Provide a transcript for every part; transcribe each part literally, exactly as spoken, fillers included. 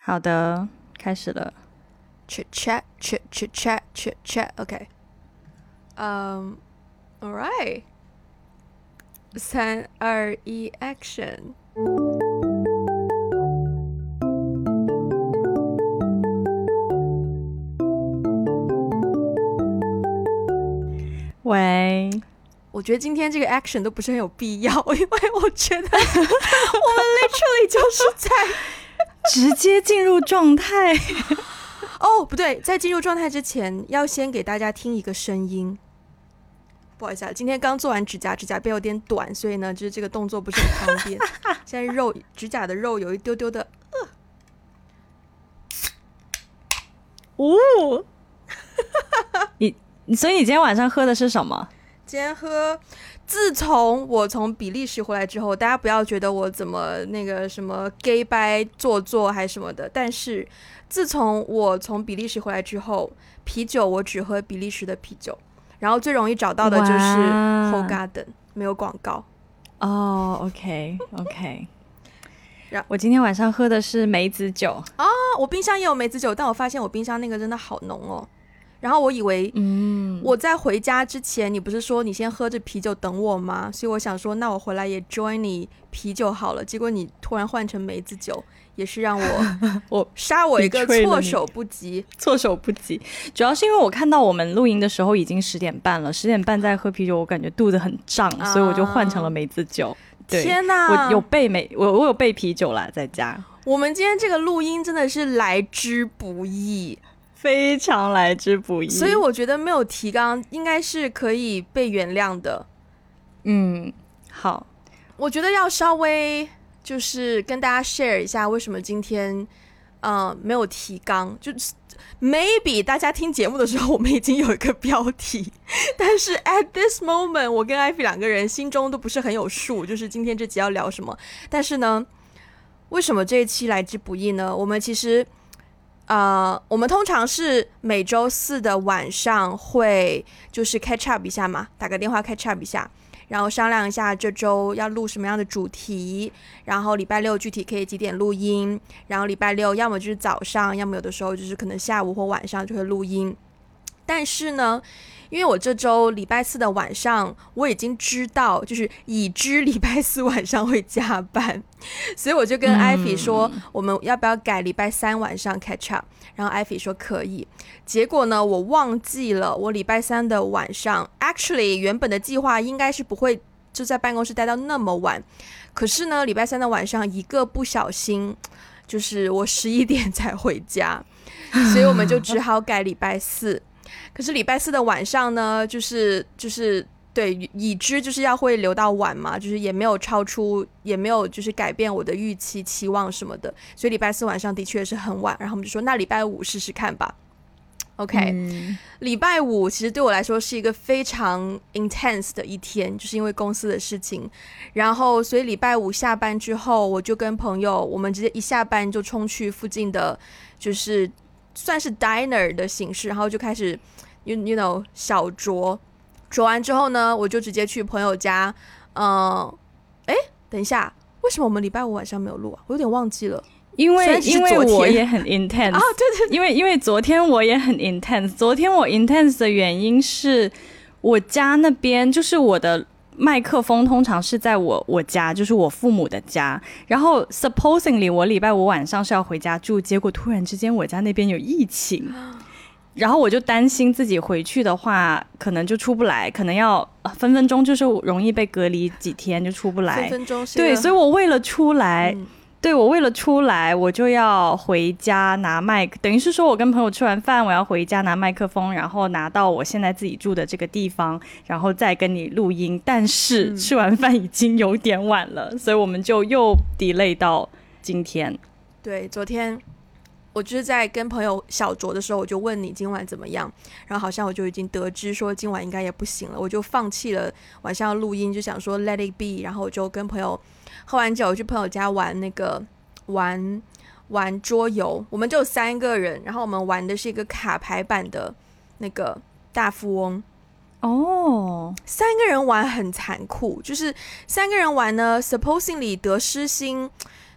好的，开始了。 Chit chat, chit chit chat, chit chat. Okay. Um, all right. 三二一 ，Action。 喂， 我觉得今天这个 action 都不是很有必要，因为我觉得我们 literally 就是在直接进入状态。 哦，不对，在进入状态之前，要先给大家听一个声音。不好意思啊，今天刚做完指甲，指甲背有点短，所以呢，就是这个动作不是很方便。现在肉指甲的肉有一丢丢的， 呃，哦，你所以你今天晚上喝的是什么？ 今天喝，自从我从比利时回来之后，大家不要觉得我怎么那个什么 gay 掰做作还什么的，但是自从我从比利时回来之后，啤酒我只喝比利时的啤酒，然后最容易找到的就是 Hoegaarden， 没有广告。 哦、oh, ，OK OK 。我今天晚上喝的是梅子酒啊、哦，我冰箱也有梅子酒，但我发现我冰箱那个真的好浓哦。然后我以为，嗯，我在回家之前，你不是说你先喝着啤酒等我吗？所以我想说，那我回来也 join 你啤酒好了。结果你突然换成梅子酒，也是让我我杀我一个措手不及， 措手不及。主要是因为我看到我们录音的时候已经十点半了，十点半再喝啤酒，我感觉肚子很胀，啊、所以我就换成了梅子酒。对， 天哪， 我有备梅，我我有备啤酒啦，在家。 我们今天这个录音真的是来之不易。 非常来之不易， 所以我觉得没有提纲应该是可以被原谅的。 嗯，好， 我觉得要稍微就是跟大家 share 一下为什么今天呃没有提纲，就是 maybe 大家听节目的时候我们已经有一个标题，但是 at this moment 我跟艾菲两个人心中都不是很有数，就是今天这集要聊什么。但是呢，为什么这一期来之不易呢？我们其实呃，我们通常是每周四的晚上会就是 catch up 一下嘛，打个电话 catch up 一下，然后商量一下这周要录什么样的主题，然后礼拜六具体可以几点录音，然后礼拜六要么就是早上，要么有的时候就是可能下午或晚上就会录音。但是呢，因为我这周礼拜四的晚上我已经知道，就是已知礼拜四晚上会加班，所以我就跟艾菲说、嗯、我们要不要改礼拜三晚上 catch up， 然后艾菲说可以。结果呢，我忘记了我礼拜三的晚上 actually 原本的计划应该是不会就在办公室待到那么晚，可是呢礼拜三的晚上一个不小心就是我十一点才回家，所以我们就只好改礼拜四。可是礼拜四的晚上呢，就是就是对已知就是要会留到晚嘛，就是也没有超出，也没有就是改变我的预期期望什么的，所以礼拜四晚上的确是很晚。然后我们就说那礼拜五试试看吧。OK，嗯、礼拜五其实对我来说是一个非常 intense 的一天，就是因为公司的事情。然后所以礼拜五下班之后，我就跟朋友，我们直接一下班就冲去附近的，就是算是 diner 的形式，然后就开始 you, you know 小酌，酌完之后呢，我就直接去朋友家。嗯，哎，等一下，为什么我们礼拜五晚上没有录啊？我有点忘记了。 因为因为我也很 intense 啊，对对， 因为因为昨天我也很 intense。昨天我 intense 的原因是我家那边就是我的麦克风通常是在我我家，就是我父母的家。然后 supposedly 我礼拜五晚上是要回家住，结果突然之间我家那边有疫情，然后我就担心自己回去的话可能就出不来，可能要、呃、分分钟就是容易被隔离几天就出不来。 分分钟是对，所以我为了出来。嗯对，我为了出来我就要回家拿麦克，等于是说我跟朋友吃完饭我要回家拿麦克风，然后拿到我现在自己住的这个地方，然后再跟你录音。但是吃完饭已经有点晚了、嗯、所以我们就又 delay 到今天。 对，昨天我就是在跟朋友小酌的时候，我就问你今晚怎么样，然后好像我就已经得知说今晚应该也不行了，我就放弃了晚上要录音，就想说 let it be。 然后我就跟朋友喝完酒去朋友家玩那个玩玩桌游，我们就有三个人，然后我们玩的是一个卡牌版的那个大富翁。哦，三个人玩很残酷，就是三个人玩呢 supposedly 得失心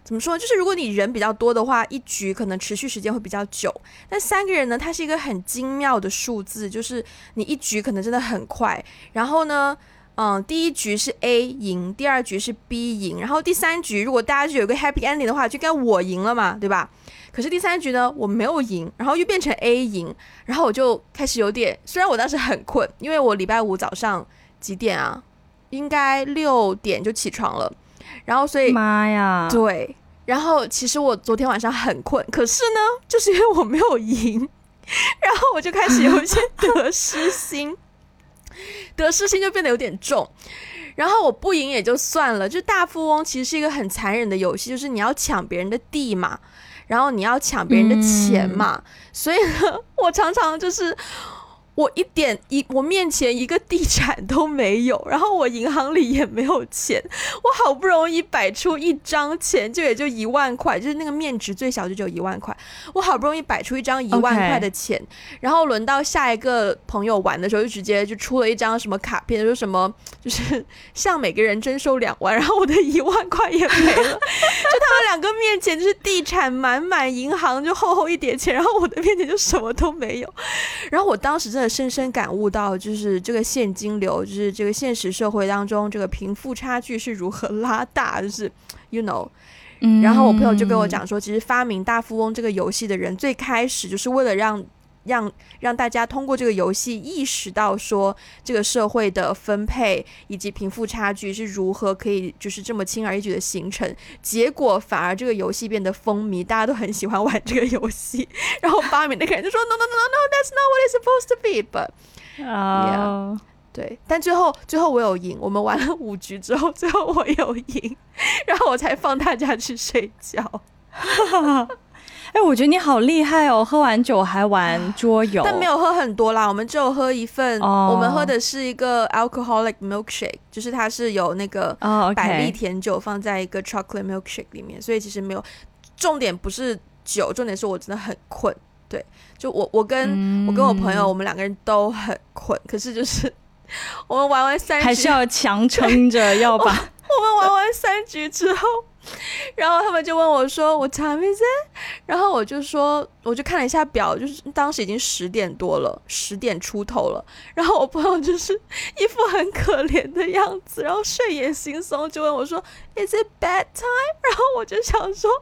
怎么说呢？就是如果你人比较多的话，一局可能持续时间会比较久。但三个人呢，它是一个很精妙的数字，就是你一局可能真的很快。然后呢，嗯，第一局是 A 赢，第二局是 B 赢，然后第三局如果大家就有个 happy ending 的话，就该我赢了嘛，对吧？可是第三局呢，我没有赢，然后又变成 A 赢，然后我就开始有点，虽然我当时很困，因为我礼拜五早上几点啊？应该六点就起床了。然后所以妈呀， 对，然后其实我昨天晚上很困，可是呢，就是因为我没有赢，然后我就开始有一些得失心，得失心就变得有点重。然后我不赢也就算了，就大富翁其实是一个很残忍的游戏，就是你要抢别人的地嘛，然后你要抢别人的钱嘛，嗯、所以呢，我常常就是。我一点一，我面前一个地产都没有，然后我银行里也没有钱，我好不容易摆出一张钱，就也就一万块，就是那个面值最小就只有一万块，我好不容易摆出一张一万块的钱， okay. 然后轮到下一个朋友玩的时候，就直接就出了一张什么卡片，说什么就是向每个人征收两万，然后我的一万块也没了，就他们两个面前就是地产满满，银行就厚厚一叠钱，然后我的面前就什么都没有，然后我当时真的深深感悟到，就是这个现金流，就是这个现实社会当中，这个贫富差距是如何拉大，就是 you know。然后我朋友就跟我讲说，其实发明大富翁这个游戏的人，最开始就是为了让让让大家通过这个游戏意识到说，这个社会的分配以及贫富差距是如何可以就是这么轻而易举的形成。结果反而这个游戏变得风靡，大家都很喜欢玩这个游戏。然后发明那个人就说 No no no no no that's not what it's supposed to be but yeah、oh. 对，但最后最后我有赢，我们玩了五局之后，最后我有赢，然后我才放大家去睡觉。 哎、欸，我觉得你好厉害哦！喝完酒还玩桌游， 但没有喝很多啦，我们只有喝一份。Oh. 我们喝的是一个 alcoholic milkshake， 就是它是有那个百利甜酒放在一个 chocolate milkshake 里面， oh, okay. 所以其实没有。重点不是酒，重点是我真的很困。对，就我我跟、嗯、我跟我朋友，我们两个人都很困，可是就是我们玩完三局还是要强撑着要把。 我们玩完三局之后，然后他们就问我说 What time is it？ 然后我就说，我就看了一下表，就是当时已经十点多了，十点出头了。然后我朋友就是一副很可怜的样子，然后睡眼惺忪，就问我说 Is it bad time？ 然后我就想说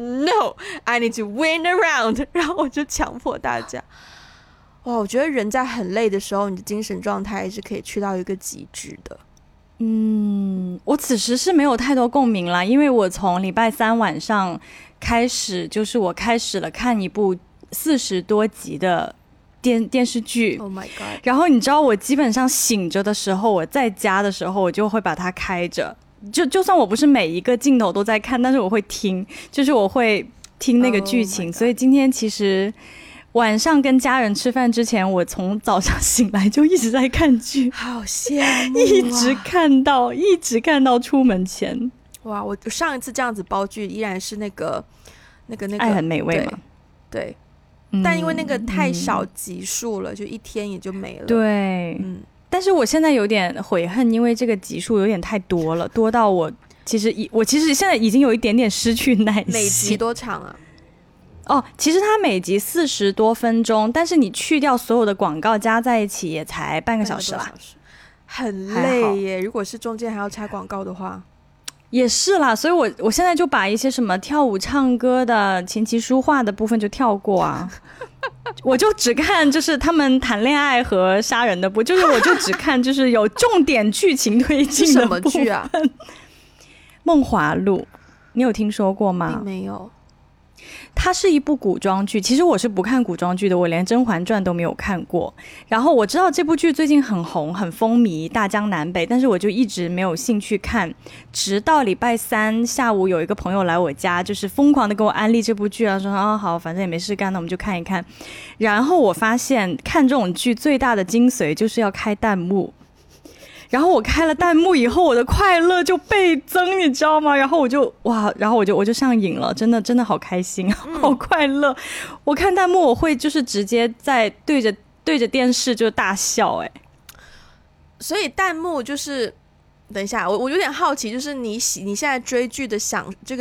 No I need to win a round， 然后我就强迫大家。哇，我觉得人在很累的时候，你的精神状态是可以去到一个极致的。 嗯，我此时是没有太多共鸣啦，因为我从礼拜三晚上开始，就是我开始了看一部四十多集的电电视剧。 Oh my god！ 然后你知道，我基本上醒着的时候，我在家的时候，我就会把它开着，就就算我不是每一个镜头都在看，但是我会听，就是我会听那个剧情。Oh、所以今天其实。晚上跟家人吃饭之前，我从早上醒来就一直在看剧， 好羡慕、啊、 一直看到一直看到出门前。 哇，我上一次这样子煲剧依然是那个那个那个爱很美味嘛， 对，对嗯、但因为那个太少集数了、嗯、就一天也就没了。 对，嗯，但是我现在有点悔恨，因为这个集数有点太多了，多到我其实我其实现在已经有一点点失去耐心。 每集多长啊？ 哦，其实它每集四十多分钟，但是你去掉所有的广告加在一起也才半个小时啦， 很累耶。如果是中间还要插广告的话， 也是啦。所以我我现在就把一些什么跳舞、唱歌的、琴棋书画的部分就跳过啊，我就只看就是他们谈恋爱和杀人的部，就是我就只看就是有重点剧情推进的部分。 什么剧啊？ 梦华录，你有听说过吗？ 并没有。 它是一部古装剧，其实我是不看古装剧的，我连《甄嬛传》都没有看过。然后我知道这部剧最近很红很风靡大江南北，但是我就一直没有兴趣看，直到礼拜三下午有一个朋友来我家，就是疯狂的给我安利这部剧啊，说啊好，反正也没事干，那我们就看一看。然后我发现看这种剧最大的精髓就是要开弹幕，然后我开了弹幕以后，我的快乐就倍增，你知道吗？然后我就哇，然后我就我就上瘾了，真的真的好开心，好快乐。嗯、我看弹幕我会就是直接在对着对着电视就大笑哎、欸。 所以弹幕就是，等一下，我我有点好奇，就是你喜你现在追剧的想这个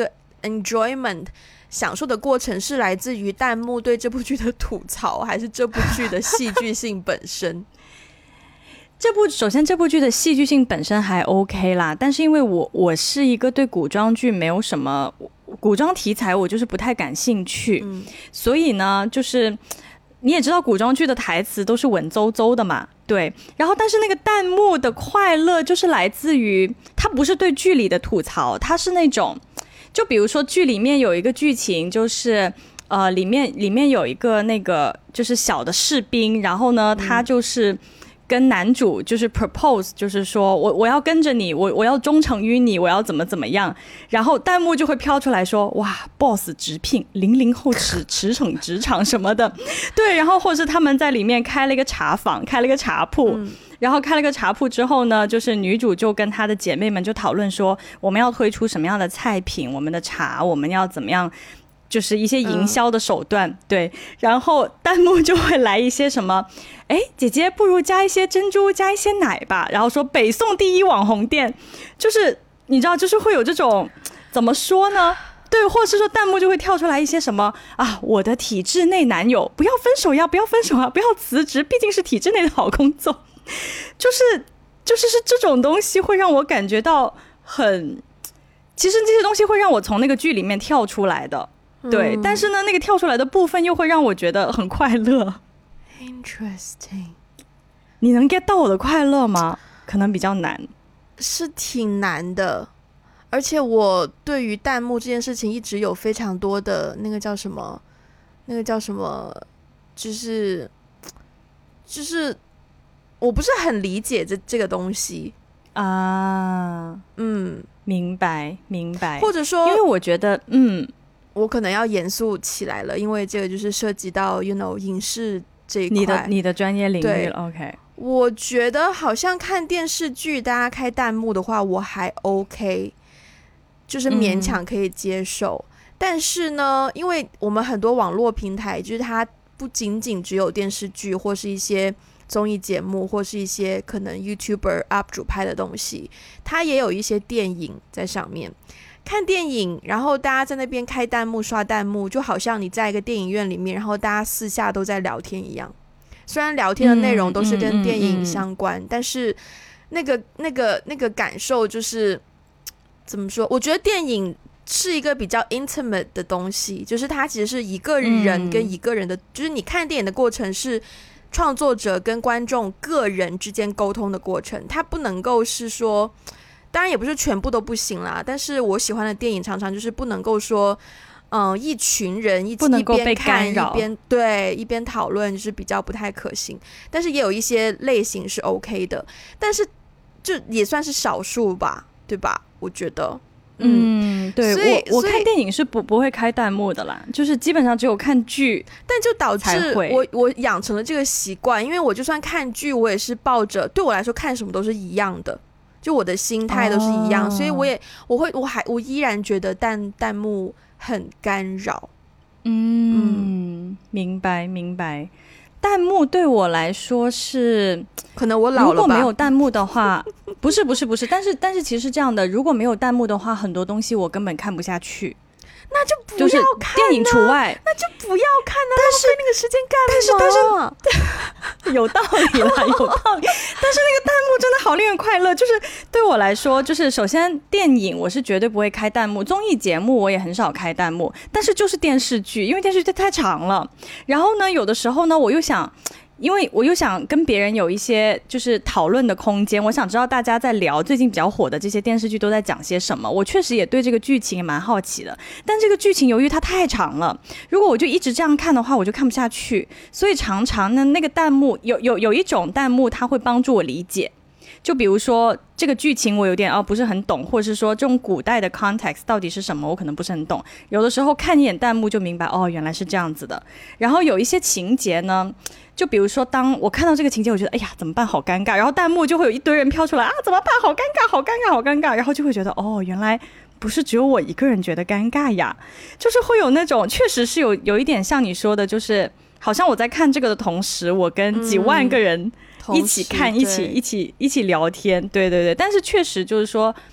enjoyment 享受的过程是来自于弹幕对这部剧的吐槽，还是这部剧的戏剧性本身？ 这部首先这部剧的戏剧性本身还 OK 啦，但是因为我我是一个对古装剧没有什么古装题材我就是不太感兴趣、嗯、所以呢就是你也知道古装剧的台词都是文绉绉的嘛，对，然后但是那个弹幕的快乐就是来自于它不是对剧里的吐槽，它是那种就比如说剧里面有一个剧情就是呃里面里面有一个那个就是小的士兵，然后呢他就是、嗯跟男主就是 propose， 就是说我我要跟着你，我我要忠诚于你，我要怎么怎么样，然后弹幕就会飘出来说哇 boss 直聘零零后驰驰骋职场什么的，对，然后或是他们在里面开了一个茶坊，开了一个茶铺、嗯、然后开了个茶铺之后呢，就是女主就跟她的姐妹们就讨论说我们要推出什么样的菜品，我们的茶我们要怎么样，就是一些营销的手段、嗯、对，然后弹幕就会来一些什么哎，姐姐不如加一些珍珠加一些奶吧，然后说北宋第一网红店，就是你知道就是会有这种怎么说呢，对，或是说弹幕就会跳出来一些什么啊，我的体制内男友不要分手呀不要分手啊不要辞职，毕竟是体制内的好工作，就是就是是这种东西会让我感觉到很，其实这些东西会让我从那个剧里面跳出来的，对、嗯、但是呢那个跳出来的部分又会让我觉得很快乐。 Interesting， 你能 get 到我的快乐吗？可能比较难， 是挺难的，而且我对于弹幕这件事情一直有非常多的那个叫什么那个叫什么就是就是我不是很理解这这个东西啊。嗯，明白明白， 或者说因为我觉得嗯我可能要严肃起来了，因为这个就是涉及到 you know 影视这一块， 你的你的专业领域了。 OK， 我觉得好像看电视剧大家开弹幕的话我还 OK， 就是勉强可以接受、嗯、但是呢因为我们很多网络平台就是它不仅仅只有电视剧或是一些综艺节目或是一些可能 YouTuber U P 主拍的东西，它也有一些电影在上面，看电影然后大家在那边开弹幕刷弹幕，就好像你在一个电影院里面然后大家私下都在聊天一样，虽然聊天的内容都是跟电影相关、嗯嗯嗯、但是那个那个那个感受就是怎么说，我觉得电影是一个比较 intimate 的东西，就是它其实是一个人跟一个人的、嗯、就是你看电影的过程是创作者跟观众个人之间沟通的过程，它不能够是说，当然也不是全部都不行啦，但是我喜欢的电影常常就是不能够说嗯、呃，一群人一不能够被干扰， 一边对一边讨论，就是比较不太可行，但是也有一些类型是 OK 的，但是就也算是少数吧，对吧？我觉得嗯，对，我我看电影是不不会开弹幕的啦，就是基本上只有看剧， 但就导致我我养成了这个习惯，因为我就算看剧，我也是抱着对我来说看什么都是一样的，就我的心态都是一样，哦、所以我也我会我还我依然觉得弹弹幕很干扰。 嗯，嗯明白明白。弹幕对我来说是， 可能我老了吧。 如果没有弹幕的话，不是不是不是，但是但是其实是这样的，如果没有弹幕的话，很多东西我根本看不下去。 那就不要看、啊， 就是电影除外， 那就不要看啊！但是那个时间干嘛？ 但是但是有道理啦，有道理。但是那个弹幕真的好令人快乐，就是对我来说，就是首先电影我是绝对不会开弹幕，综艺节目我也很少开弹幕，但是就是电视剧，因为电视剧太长了。然后呢，有的时候呢，我又想。因为我又想跟别人有一些就是讨论的空间，我想知道大家在聊最近比较火的这些电视剧都在讲些什么，我确实也对这个剧情也蛮好奇的，但这个剧情由于它太长了，如果我就一直这样看的话我就看不下去，所以常常呢那个弹幕有有有一种弹幕它会帮助我理解，就比如说这个剧情我有点哦不是很懂，或者是说这种古代的 context 到底是什么我可能不是很懂，有的时候看一眼弹幕就明白哦原来是这样子的。然后有一些情节呢，就比如说当我看到这个情节我觉得哎呀怎么办好尴尬，然后弹幕就会有一堆人飘出来啊怎么办好尴尬好尴尬好尴尬，然后就会觉得哦原来不是只有我一个人觉得尴尬呀，就是会有那种确实是有有一点像你说的，就是好像我在看这个的同时我跟几万个人一起看、嗯、一起一起一起聊天，对对对，但是确实就是说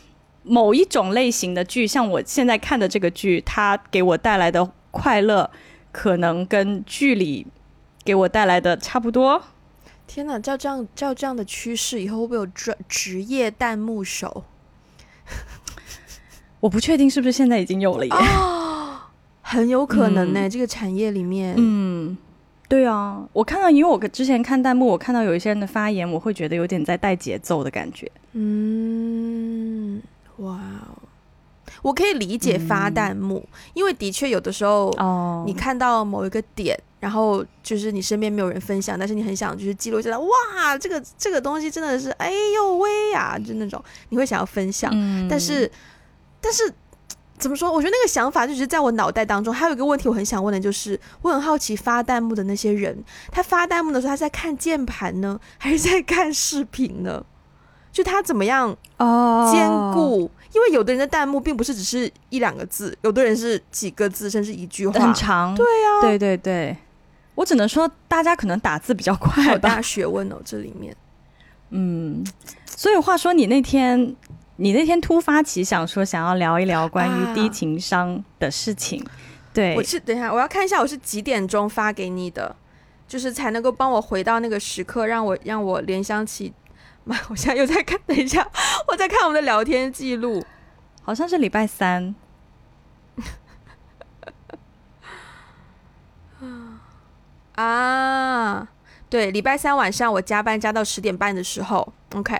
某一种类型的剧，像我现在看的这个剧，它给我带来的快乐可能跟剧里给我带来的差不多。 天哪，照这样照这样的趋势，以后会不会有职职业弹幕手？ 我不确定是不是现在已经有了耶。 哦，很有可能呢、欸嗯，这个产业里面。 嗯，对啊，我看到，因为我之前看弹幕，我看到有一些人的发言，我会觉得有点在带节奏的感觉。 嗯，哇，我可以理解发弹幕，嗯、因为的确有的时候，哦，你看到某一个点，然后就是你身边没有人分享，但是你很想就是记录下来，哇，这个这个东西真的是，哎呦喂呀，就那种你会想要分享，嗯、但是但是。怎么说？我觉得那个想法就只是在我脑袋当中。还有一个问题我很想问的就是，我很好奇发弹幕的那些人，他发弹幕的时候，他是在看键盘呢，还是在看视频呢？就他怎么样兼顾？哦、因为有的人的弹幕并不是只是一两个字，有的人是几个字，甚至一句话， 很长。 对啊， 对对对，我只能说大家可能打字比较快吧。 好大学问哦，这里面。 嗯，所以话说，你那天。你那天突发奇想说想要聊一聊关于低情商的事情，啊、对， 我是等一下我要看一下我是几点钟发给你的，就是才能够帮我回到那个时刻，让我让我联想起。妈，我现在又在看，等一下，我在看我们的聊天记录， 好像是礼拜三。 啊，对，礼拜三晚上我加班加到十点半的时候 ，OK。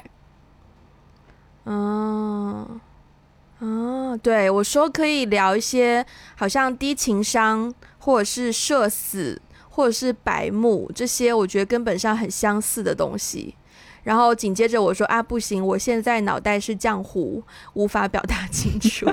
嗯，嗯，对，我说可以聊一些好像低情商或者是社死或者是白目这些我觉得根本上很相似的东西，然后紧接着我说啊不行，我现在脑袋是浆糊，无法表达清楚。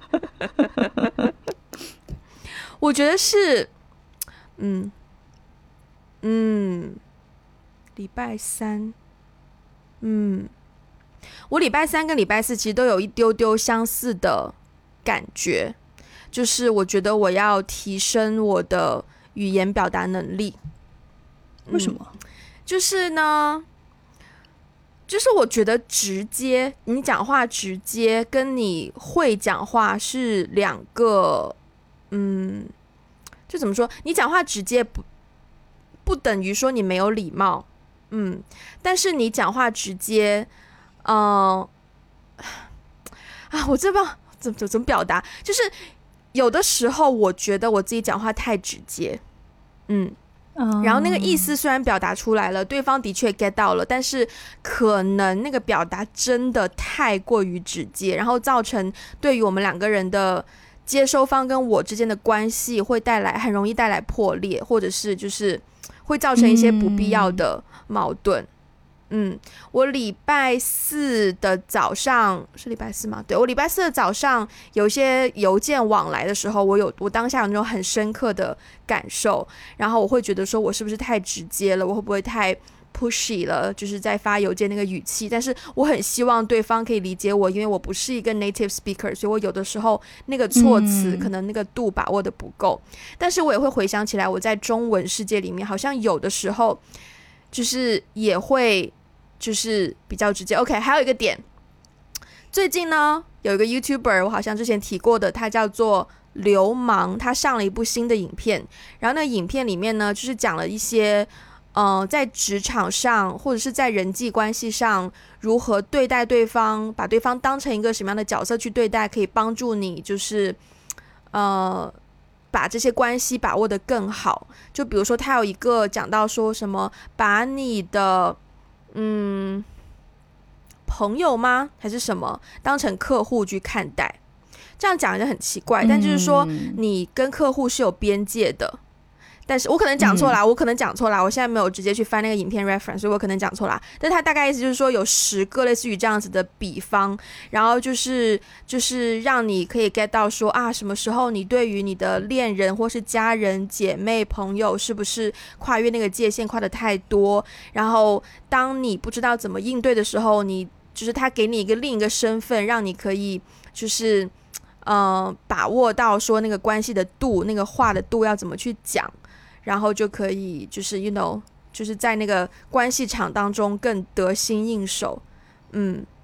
我觉得是嗯嗯礼拜三嗯我礼拜三跟礼拜四其实都有一丢丢相似的感觉，就是我觉得我要提升我的语言表达能力。 为什么？ 嗯、就是呢，就是我觉得直接，你讲话直接跟你会讲话是两个，嗯，就怎么说？你讲话直接不不等于说你没有礼貌，嗯，但是你讲话直接。嗯、呃，啊，我这帮怎么怎么表达？就是有的时候我觉得我自己讲话太直接，嗯，嗯然后那个意思虽然表达出来了，对方的确 get 到了，但是可能那个表达真的太过于直接，然后造成对于我们两个人的接收方跟我之间的关系会带来很容易带来破裂，或者是就是会造成一些不必要的矛盾。嗯嗯，我礼拜四的早上是礼拜四吗？对，我礼拜四的早上有一些邮件往来的时候，我有我当下有那种很深刻的感受，然后我会觉得说我是不是太直接了，我会不会太 pushy 了，就是在发邮件那个语气，但是我很希望对方可以理解我，因为我不是一个 native speaker， 所以我有的时候那个措辞、嗯、可能那个度把握的不够，但是我也会回想起来我在中文世界里面好像有的时候就是也会就是比较直接。 OK， 还有一个点，最近呢有一个 YouTuber 我好像之前提过的，他叫做流氓，他上了一部新的影片，然后那个影片里面呢就是讲了一些呃，在职场上或者是在人际关系上如何对待对方，把对方当成一个什么样的角色去对待，可以帮助你就是呃把这些关系把握得更好。就比如说他有一个讲到说什么把你的嗯朋友吗还是什么当成客户去看待，这样讲就很奇怪，但就是说你跟客户是有边界的，但是我可能讲错啦、嗯、我可能讲错啦，我现在没有直接去翻那个影片 reference， 所以我可能讲错啦，但他大概意思就是说有十个类似于这样子的比方，然后就是就是让你可以 get 到说啊，什么时候你对于你的恋人或是家人姐妹朋友是不是跨越那个界限跨得太多，然后当你不知道怎么应对的时候，你就是他给你一个另一个身份，让你可以就是呃把握到说那个关系的度，那个话的度要怎么去讲，然后就可以就是 you know 就是在那个关系场当中更得心应手。嗯，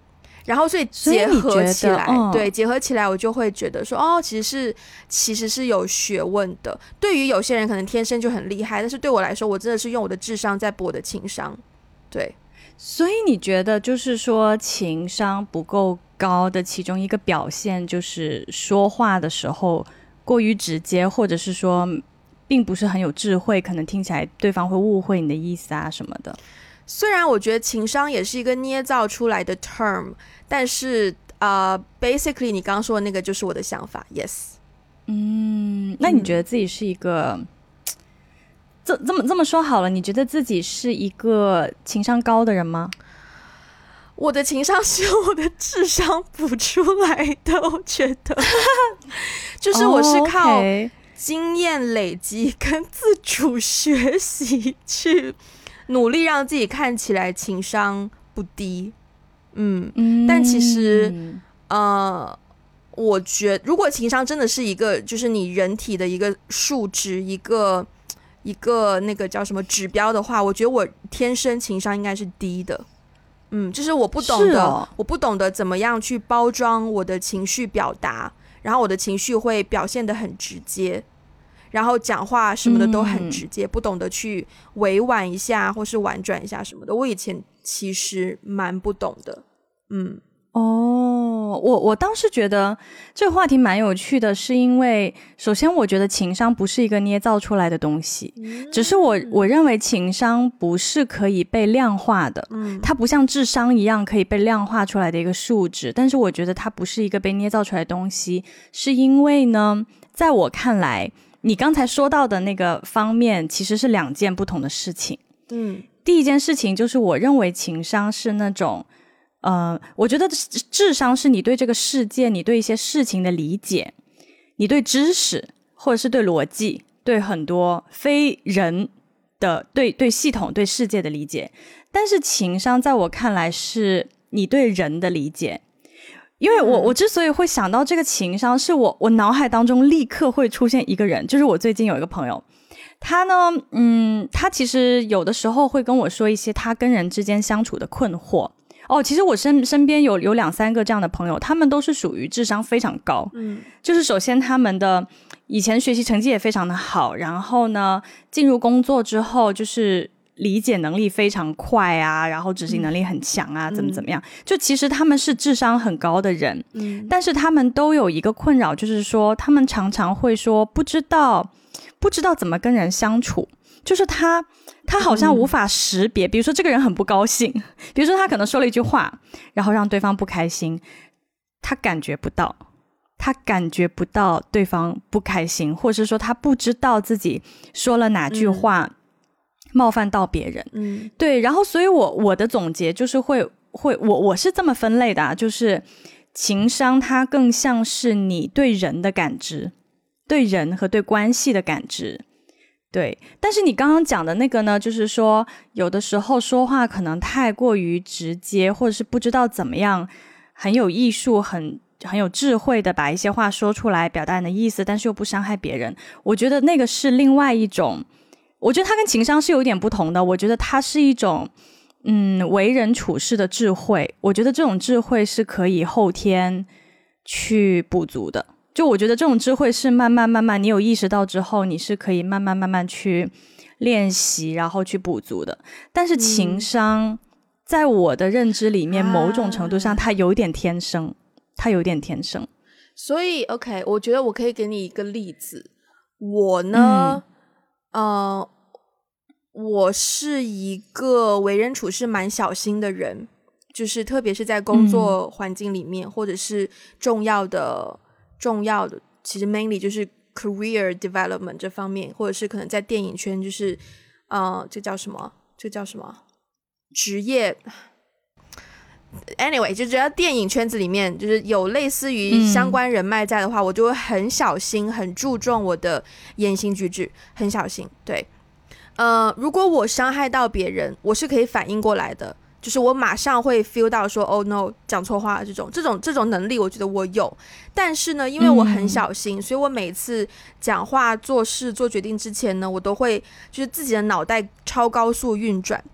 然后所以结合起来， 嗯、 对，结合起来我就会觉得说，哦，其实是其实是有学问的。对于有些人可能天生就很厉害，但是对我来说，我真的是用我的智商在补我的情商。对， 所以你觉得就是说情商不够高的其中一个表现，就是说话的时候过于直接，或者是说并不是很有智慧，可能听起来对方会误会你的意思啊什么的。 虽然我觉得情商也是一个捏造出来的 term， 但是呃、uh, basically 你刚刚说的那个就是我的想法 yes。 嗯，那你觉得自己是一个、嗯、这这么这么说好了，你觉得自己是一个情商高的人吗？ 我的情商是用我的智商补出来的，我觉得就是我是靠经验累积跟自主学习去努力让自己看起来情商不低。 嗯, 嗯但其实呃，我觉得如果情商真的是一个就是你人体的一个数值，一个一个那个叫什么指标的话，我觉得我天生情商应该是低的。嗯，就是我不懂得、哦、我不懂得怎么样去包装我的情绪表达，然后我的情绪会表现得很直接，然后讲话什么的都很直接、嗯、不懂得去委婉一下或是婉转一下什么的。我以前其实蛮不懂的。嗯， 哦，我我当时觉得这个话题蛮有趣的，是因为首先我觉得情商不是一个捏造出来的东西、嗯、只是我我认为情商不是可以被量化的、嗯、它不像智商一样可以被量化出来的一个数值，但是我觉得它不是一个被捏造出来的东西，是因为呢，在我看来你刚才说到的那个方面其实是两件不同的事情。嗯，第一件事情就是我认为情商是那种呃，我觉得智商是你对这个世界，你对一些事情的理解，你对知识或者是对逻辑，对很多非人的对对系统对世界的理解。但是情商在我看来是你对人的理解。因为我我之所以会想到这个情商，是我我脑海当中立刻会出现一个人，就是我最近有一个朋友，他呢嗯，他其实有的时候会跟我说一些他跟人之间相处的困惑。哦，其实我身身边有有两三个这样的朋友，他们都是属于智商非常高，嗯，就是首先他们的以前学习成绩也非常的好，然后呢进入工作之后就是理解能力非常快啊，然后执行能力很强啊、嗯、怎么怎么样，就其实他们是智商很高的人，嗯，但是他们都有一个困扰，就是说他们常常会说不知道不知道怎么跟人相处，就是他他好像无法识别、嗯、比如说这个人很不高兴，比如说他可能说了一句话然后让对方不开心，他感觉不到他感觉不到对方不开心，或者是说他不知道自己说了哪句话、嗯、冒犯到别人。嗯，对，然后所以我我的总结就是会会我我是这么分类的、啊、就是情商它更像是你对人的感知，对人和对关系的感知。对，但是你刚刚讲的那个呢，就是说有的时候说话可能太过于直接，或者是不知道怎么样很有艺术很很有智慧的把一些话说出来表达你的意思，但是又不伤害别人。我觉得那个是另外一种，我觉得它跟情商是有点不同的。我觉得它是一种嗯为人处事的智慧，我觉得这种智慧是可以后天去补足的。就我觉得这种智慧是慢慢慢慢你有意识到之后，你是可以慢慢慢慢去练习然后去补足的。但是情商、嗯、在我的认知里面、啊、某种程度上它有点天生，它有点天生。 所以 OK， 我觉得我可以给你一个例子。我呢、嗯、呃，我是一个为人处事蛮小心的人，就是特别是在工作环境里面、嗯、或者是重要的重要的其实 mainly 就是 career development 这方面，或者是可能在电影圈就是呃，这叫什么这叫什么职业 anyway 就只要电影圈子里面就是有类似于相关人脉在的话、嗯、我就会很小心很注重我的言行举止，很小心。对，呃，如果我伤害到别人，我是可以反应过来的，就是我马上会 feel 到说 oh no 讲错话，这种这种这种能力我觉得我有。但是呢因为我很小心、嗯、所以我每次讲话做事做决定之前呢，我都会就是自己的脑袋超高速运转。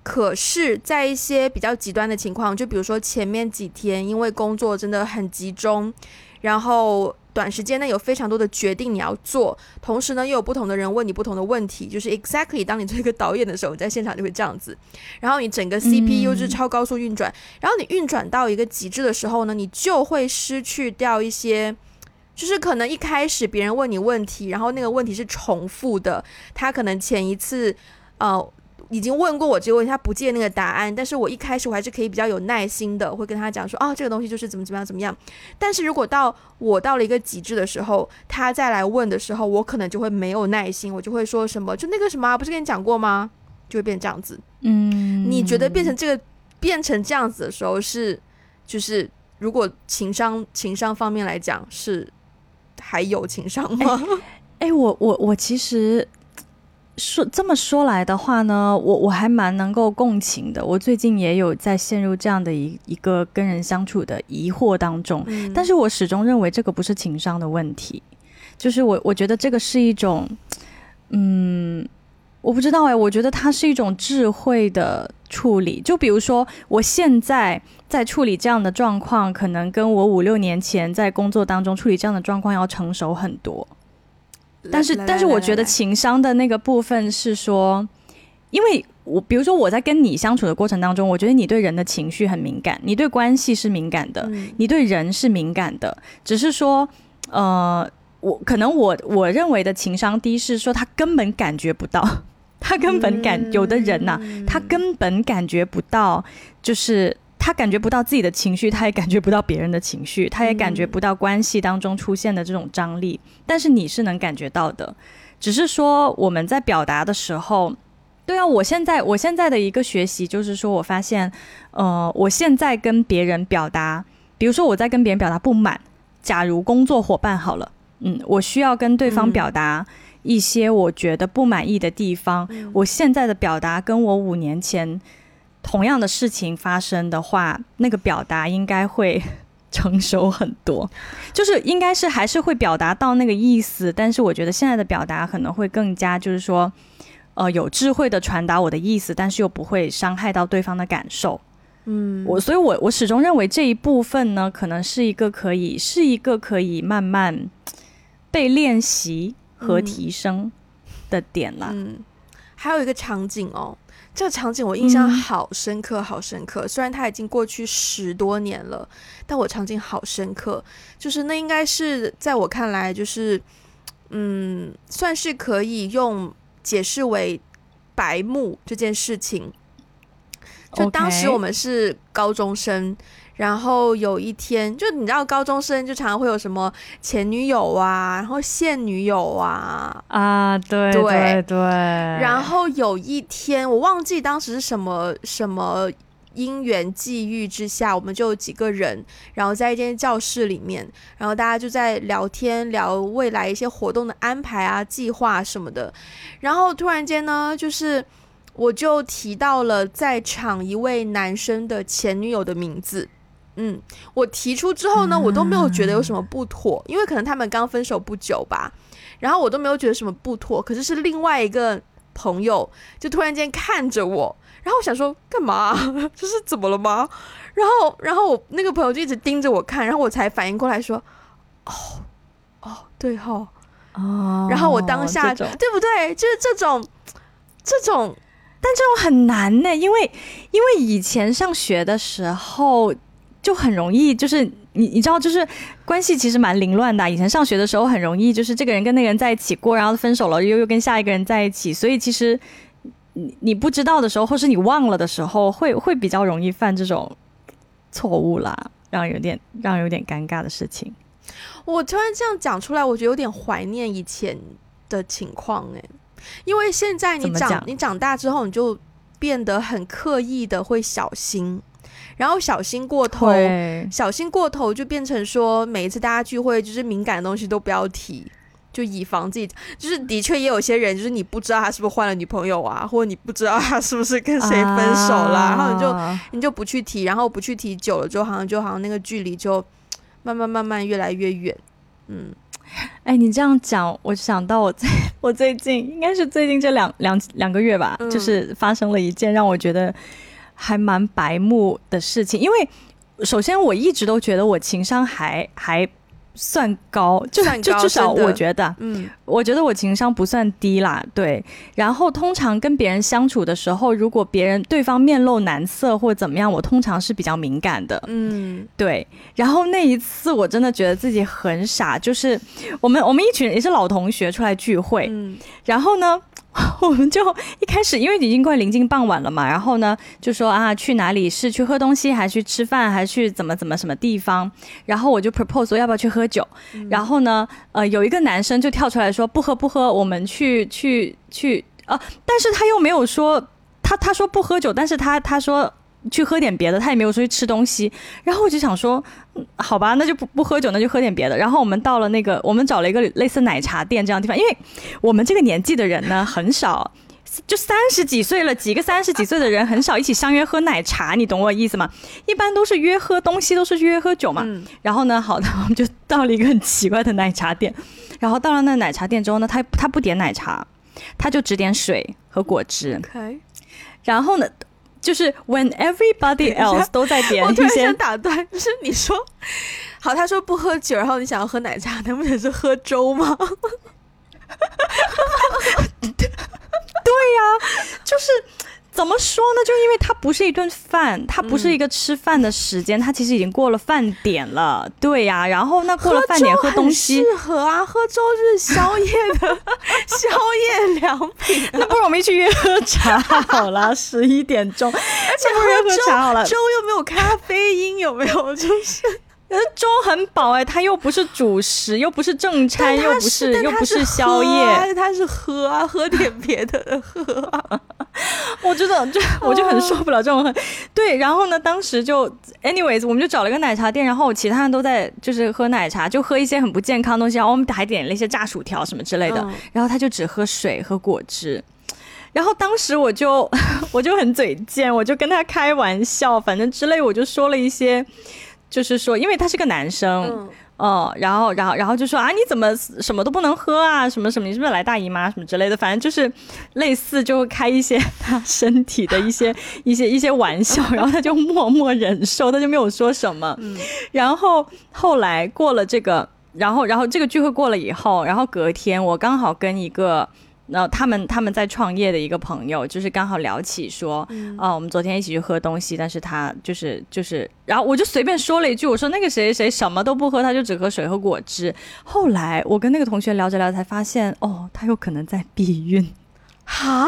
可是在一些比较极端的情况，就比如说前面几天因为工作真的很集中，然后短时间内有非常多的决定你要做，同时呢又有不同的人问你不同的问题，就是 exactly 当你做一个导演的时候，你在现场就会这样子，然后你整个 C P U 就是超高速运转、嗯、然后你运转到一个极致的时候呢，你就会失去掉一些，就是可能一开始别人问你问题，然后那个问题是重复的，他可能前一次呃已经问过我这个问题，他不记得那个答案，但是我一开始我还是可以比较有耐心的会跟他讲说，哦，这个东西就是怎么怎么样怎么样。但是如果到我到了一个极致的时候，他再来问的时候，我可能就会没有耐心，我就会说什么就那个什么、啊、不是跟你讲过吗，就会变成这样子。嗯，你觉得变成这个变成这样子的时候是就是如果情商情商方面来讲是还有情商吗？ 哎、欸，我我我其实说这么说来的话呢，我我还蛮能够共情的。我最近也有在陷入这样的一一个跟人相处的疑惑当中、嗯、但是我始终认为这个不是情商的问题，就是我我觉得这个是一种嗯我不知道哎，我觉得它是一种智慧的处理。就比如说我现在在处理这样的状况，可能跟我五六年前在工作当中处理这样的状况要成熟很多。但是但是我觉得情商的那个部分是说，因为我比如说我在跟你相处的过程当中，我觉得你对人的情绪很敏感，你对关系是敏感的、嗯、你对人是敏感的，只是说呃，我可能我我认为的情商低是说他根本感觉不到，他根本感、嗯、有的人呐、啊，他根本感觉不到，就是他感觉不到自己的情绪，他也感觉不到别人的情绪，他也感觉不到关系当中出现的这种张力，但是你是能感觉到的。只是说我们在表达的时候，对啊，我现在我现在的一个学习就是说，我发现呃，我现在跟别人表达，比如说我在跟别人表达不满，假如工作伙伴好了，嗯，我需要跟对方表达一些我觉得不满意的地方、嗯、我现在的表达跟我五年前同样的事情发生的话，那个表达应该会成熟很多，就是应该是还是会表达到那个意思，但是我觉得现在的表达可能会更加就是说呃，有智慧的传达我的意思，但是又不会伤害到对方的感受。嗯，我所以我我始终认为这一部分呢，可能是一个可以是一个可以慢慢被练习和提升的点啦。 嗯，还有一个场景哦，这个场景我印象好深刻好深刻、嗯、虽然它已经过去十多年了，但我场景好深刻，就是那应该是在我看来就是嗯，算是可以用解释为白目这件事情。就当时我们是高中生、okay. 然后有一天就你知道高中生就常常会有什么前女友啊，然后现女友啊啊，对对 对, 对。 然后有一天我忘记当时是什么什么因缘际遇之下，我们就有几个人，然后在一间教室里面，然后大家就在聊天，聊未来一些活动的安排啊、计划什么的。然后突然间呢，就是我就提到了在场一位男生的前女友的名字。嗯，我提出之后呢，我都没有觉得有什么不妥，因为可能他们刚分手不久吧，然后我都没有觉得什么不妥。可是是另外一个朋友就突然间看着我，然后我想说干嘛、啊、这是怎么了吗？然后然后我那个朋友就一直盯着我看，然后我才反应过来说哦哦对齁哦，然后我当下对不对，就是这种这种但这种很难呢，因为因为以前上学的时候就很容易，就是你你知道，就是关系其实蛮凌乱的。以前上学的时候很容易，就是这个人跟那个人在一起过，然后分手了，又又跟下一个人在一起，所以其实你你不知道的时候，或是你忘了的时候，会会比较容易犯这种错误啦，让有点让有点尴尬的事情。 我突然这样讲出来，我觉得有点怀念以前的情况哎，因为现在你长你长大之后，你就变得很刻意的会小心。然后小心过头小心过头就变成说每一次大家聚会就是敏感的东西都不要提，就以防自己就是的确也有些人就是你不知道他是不是换了女朋友啊，或者你不知道他是不是跟谁分手啦、啊、然后你就你就不去提，然后不去提久了就好像就好像那个距离就慢慢慢慢越来越远。嗯， 哎，你这样讲我想到我在我最近应该是最近这两两两个月吧、嗯、就是发生了一件让我觉得还蛮白目的事情。因为首先我一直都觉得我情商还还算高，就算高就至少我觉得， 嗯， 我觉得我情商不算低啦，对。然后通常跟别人相处的时候，如果别人对方面露难色或怎么样，我通常是比较敏感的， 嗯，对。 然后那一次我真的觉得自己很傻，就是我们我们一群也是老同学出来聚会，嗯，然后呢。我们就一开始因为已经快临近傍晚了嘛，然后呢就说啊去哪里，是去喝东西还是去吃饭还是去怎么怎么什么地方，然后我就 propose 说要不要去喝酒、嗯、然后呢呃有一个男生就跳出来说不喝不喝，我们去去去呃但是他又没有说他他说不喝酒，但是他他说去喝点别的，他也没有说去吃东西。然后我就想说、嗯、好吧，那就不不喝酒，那就喝点别的。然后我们到了那个我们找了一个类似奶茶店这样的地方，因为我们这个年纪的人呢很少，就三十几岁了，几个三十几岁的人很少一起相约喝奶茶，你懂我意思吗？一般都是约喝东西，都是约喝酒嘛、嗯、然后呢好的我们就到了一个很奇怪的奶茶店，然后到了那个奶茶店之后呢，他他不点奶茶，他就只点水和果汁、okay. 然后呢就是 when everybody else 都在点一些， 我突然想打断，就是你说好，他说不喝酒，然后你想要喝奶茶，难不成是喝粥吗？ 对呀、啊，就是怎么说呢？就因为它不是一顿饭，它不是一个吃饭的时间，它、嗯、其实已经过了饭点了。对呀、啊，然好，那过了饭点喝东西适合啊，喝粥是宵夜的宵夜良品、啊。 那不如我们一起约喝茶好了，十一点钟，而且喝喝茶好了，粥又没有咖啡因，有没有？就是。 可是粥很饱哎、欸，它又不是主食，又不是正餐，又不是又不是宵夜， 它是喝啊，喝点别的的喝、啊。 我觉得就我就很受不了这种很、哦、对。然后呢，当时就 anyways 我们就找了个奶茶店，然后其他人都在就是喝奶茶，就喝一些很不健康的东西，然后我们还点了一些炸薯条什么之类的、嗯、然后他就只喝水和果汁。然后当时我就我就很嘴贱，我就跟他开玩笑，反正之类我就说了一些，就是说因为他是个男生，嗯哦、嗯，然后然后然后就说啊你怎么什么都不能喝啊，什么什么，你是不是来大姨妈什么之类的，反正就是类似就会开一些他身体的一些一些一些玩笑，然后他就默默忍受，他就没有说什么、嗯、然后后来过了这个然后然后这个聚会过了以后，然后隔天我刚好跟一个然后他们他们在创业的一个朋友，就是刚好聊起说，嗯，哦，我们昨天一起去喝东西，但是他就是就是，然后我就随便说了一句，我说那个谁谁什么都不喝，他就只喝水和果汁。后来我跟那个同学聊着聊着才发现，哦，他有可能在避孕。 哈？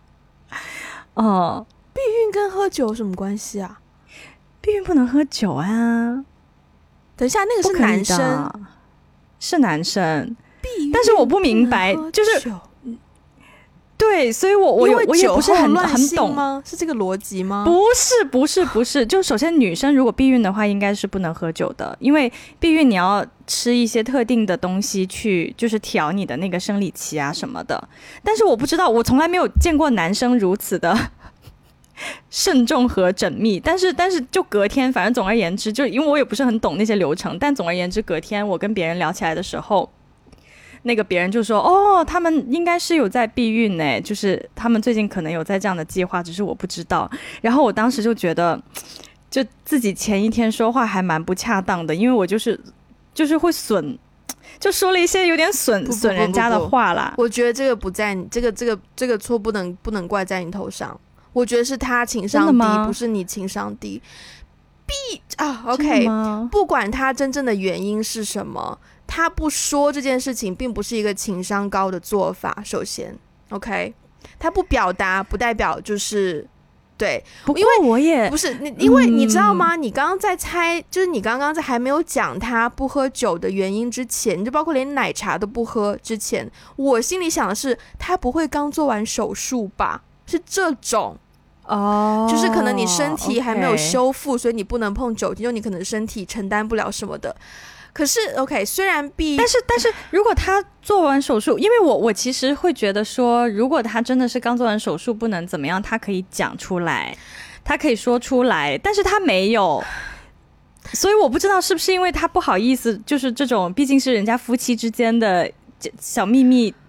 哦， 避孕跟喝酒有什么关系啊？ 避孕不能喝酒啊。 等一下，那个是男生， 是男生。避孕，但是我不明白，就是。对，所以我我我也不是很很懂吗？是这个逻辑吗？ 不是不是不是，就首先女生如果避孕的话，应该是不能喝酒的，因为避孕你要吃一些特定的东西去，就是调你的那个生理期啊什么的。但是我不知道，我从来没有见过男生如此的慎重和缜密。但是但是就隔天，反正总而言之，就因为我也不是很懂那些流程，但总而言之，隔天我跟别人聊起来的时候。那个别人就说哦他们应该是有在避孕耶，就是他们最近可能有在这样的计划，只是我不知道。然后我当时就觉得就自己前一天说话还蛮不恰当的，因为我就是就是会损，就说了一些有点损损人家的话啦。 我觉得这个不在你这个这个这个错不能不能怪在你头上，我觉得是他情商低，不是你情商低。避啊 OK 不管他真正的原因是什么，他不说这件事情并不是一个情商高的做法。首先 OK 他不表达不代表就是对， 不过我也不是你，因为你知道吗、嗯、你刚刚在猜，就是你刚刚在还没有讲他不喝酒的原因之前，就包括连奶茶都不喝之前，我心里想的是他不会刚做完手术吧，是这种哦， 就是可能你身体还没有修复、okay. 所以你不能碰酒精，就你可能身体承担不了什么的。可是 OK 虽然避， 但是但是如果他做完手术，因为我我其实会觉得说，如果他真的是刚做完手术不能怎么样，他可以讲出来，他可以说出来，但是他没有，所以我不知道是不是因为他不好意思，就是这种毕竟是人家夫妻之间的小秘密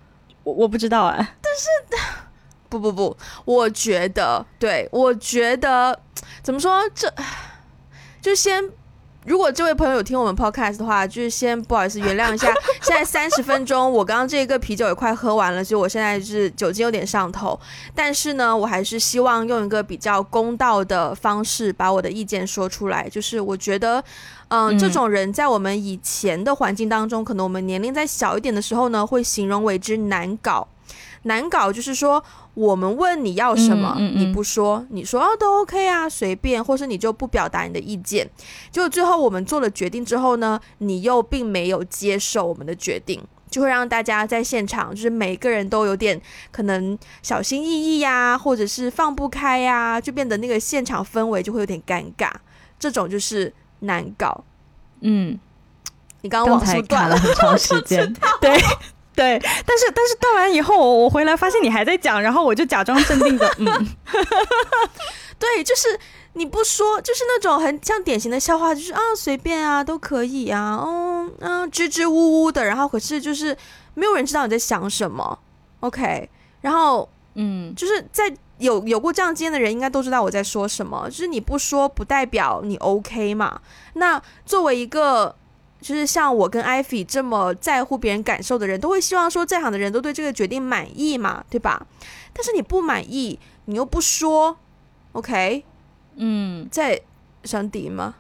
我我不知道啊。 但是不不不，我觉得，对，我觉得怎么说，这就先。如果这位朋友有听我们 podcast 的话，就是先不好意思原谅一下，现在三十分钟，我刚刚这个啤酒也快喝完了，所以我现在是酒精有点上头。但是呢，我还是希望用一个比较公道的方式把我的意见说出来。就是我觉得，呃、嗯，这种人在我们以前的环境当中，可能我们年龄再小一点的时候呢，会形容为之难搞。难搞就是说，我们问你要什么，嗯嗯嗯你不说，你说哦都 OK 啊，随便，或是你就不表达你的意见。结果最后我们做了决定之后呢，你又并没有接受我们的决定，就会让大家在现场就是每个人都有点可能小心翼翼呀，或者是放不开呀，就变得那个现场氛围就会有点尴尬。这种就是难搞。 嗯， 你刚刚网速断了很长时间，对。对，但是但是断完以后，我我回来发现你还在讲，然后我就假装镇定的，嗯， 对，就是你不说，就是那种很像典型的笑话，就是啊随便啊都可以啊，嗯啊支支吾吾的，然后可是就是没有人知道你在想什么 ，OK， 然后嗯，就是在有有过这样经验的人应该都知道我在说什么，就是你不说不代表你 OK 嘛，那作为一个。就是像我跟 Ivy 这么在乎别人感受的人，都会希望说在场的人都对这个决定满意嘛，对吧？但是你不满意，你又不说 ，OK？ 嗯，在想敌吗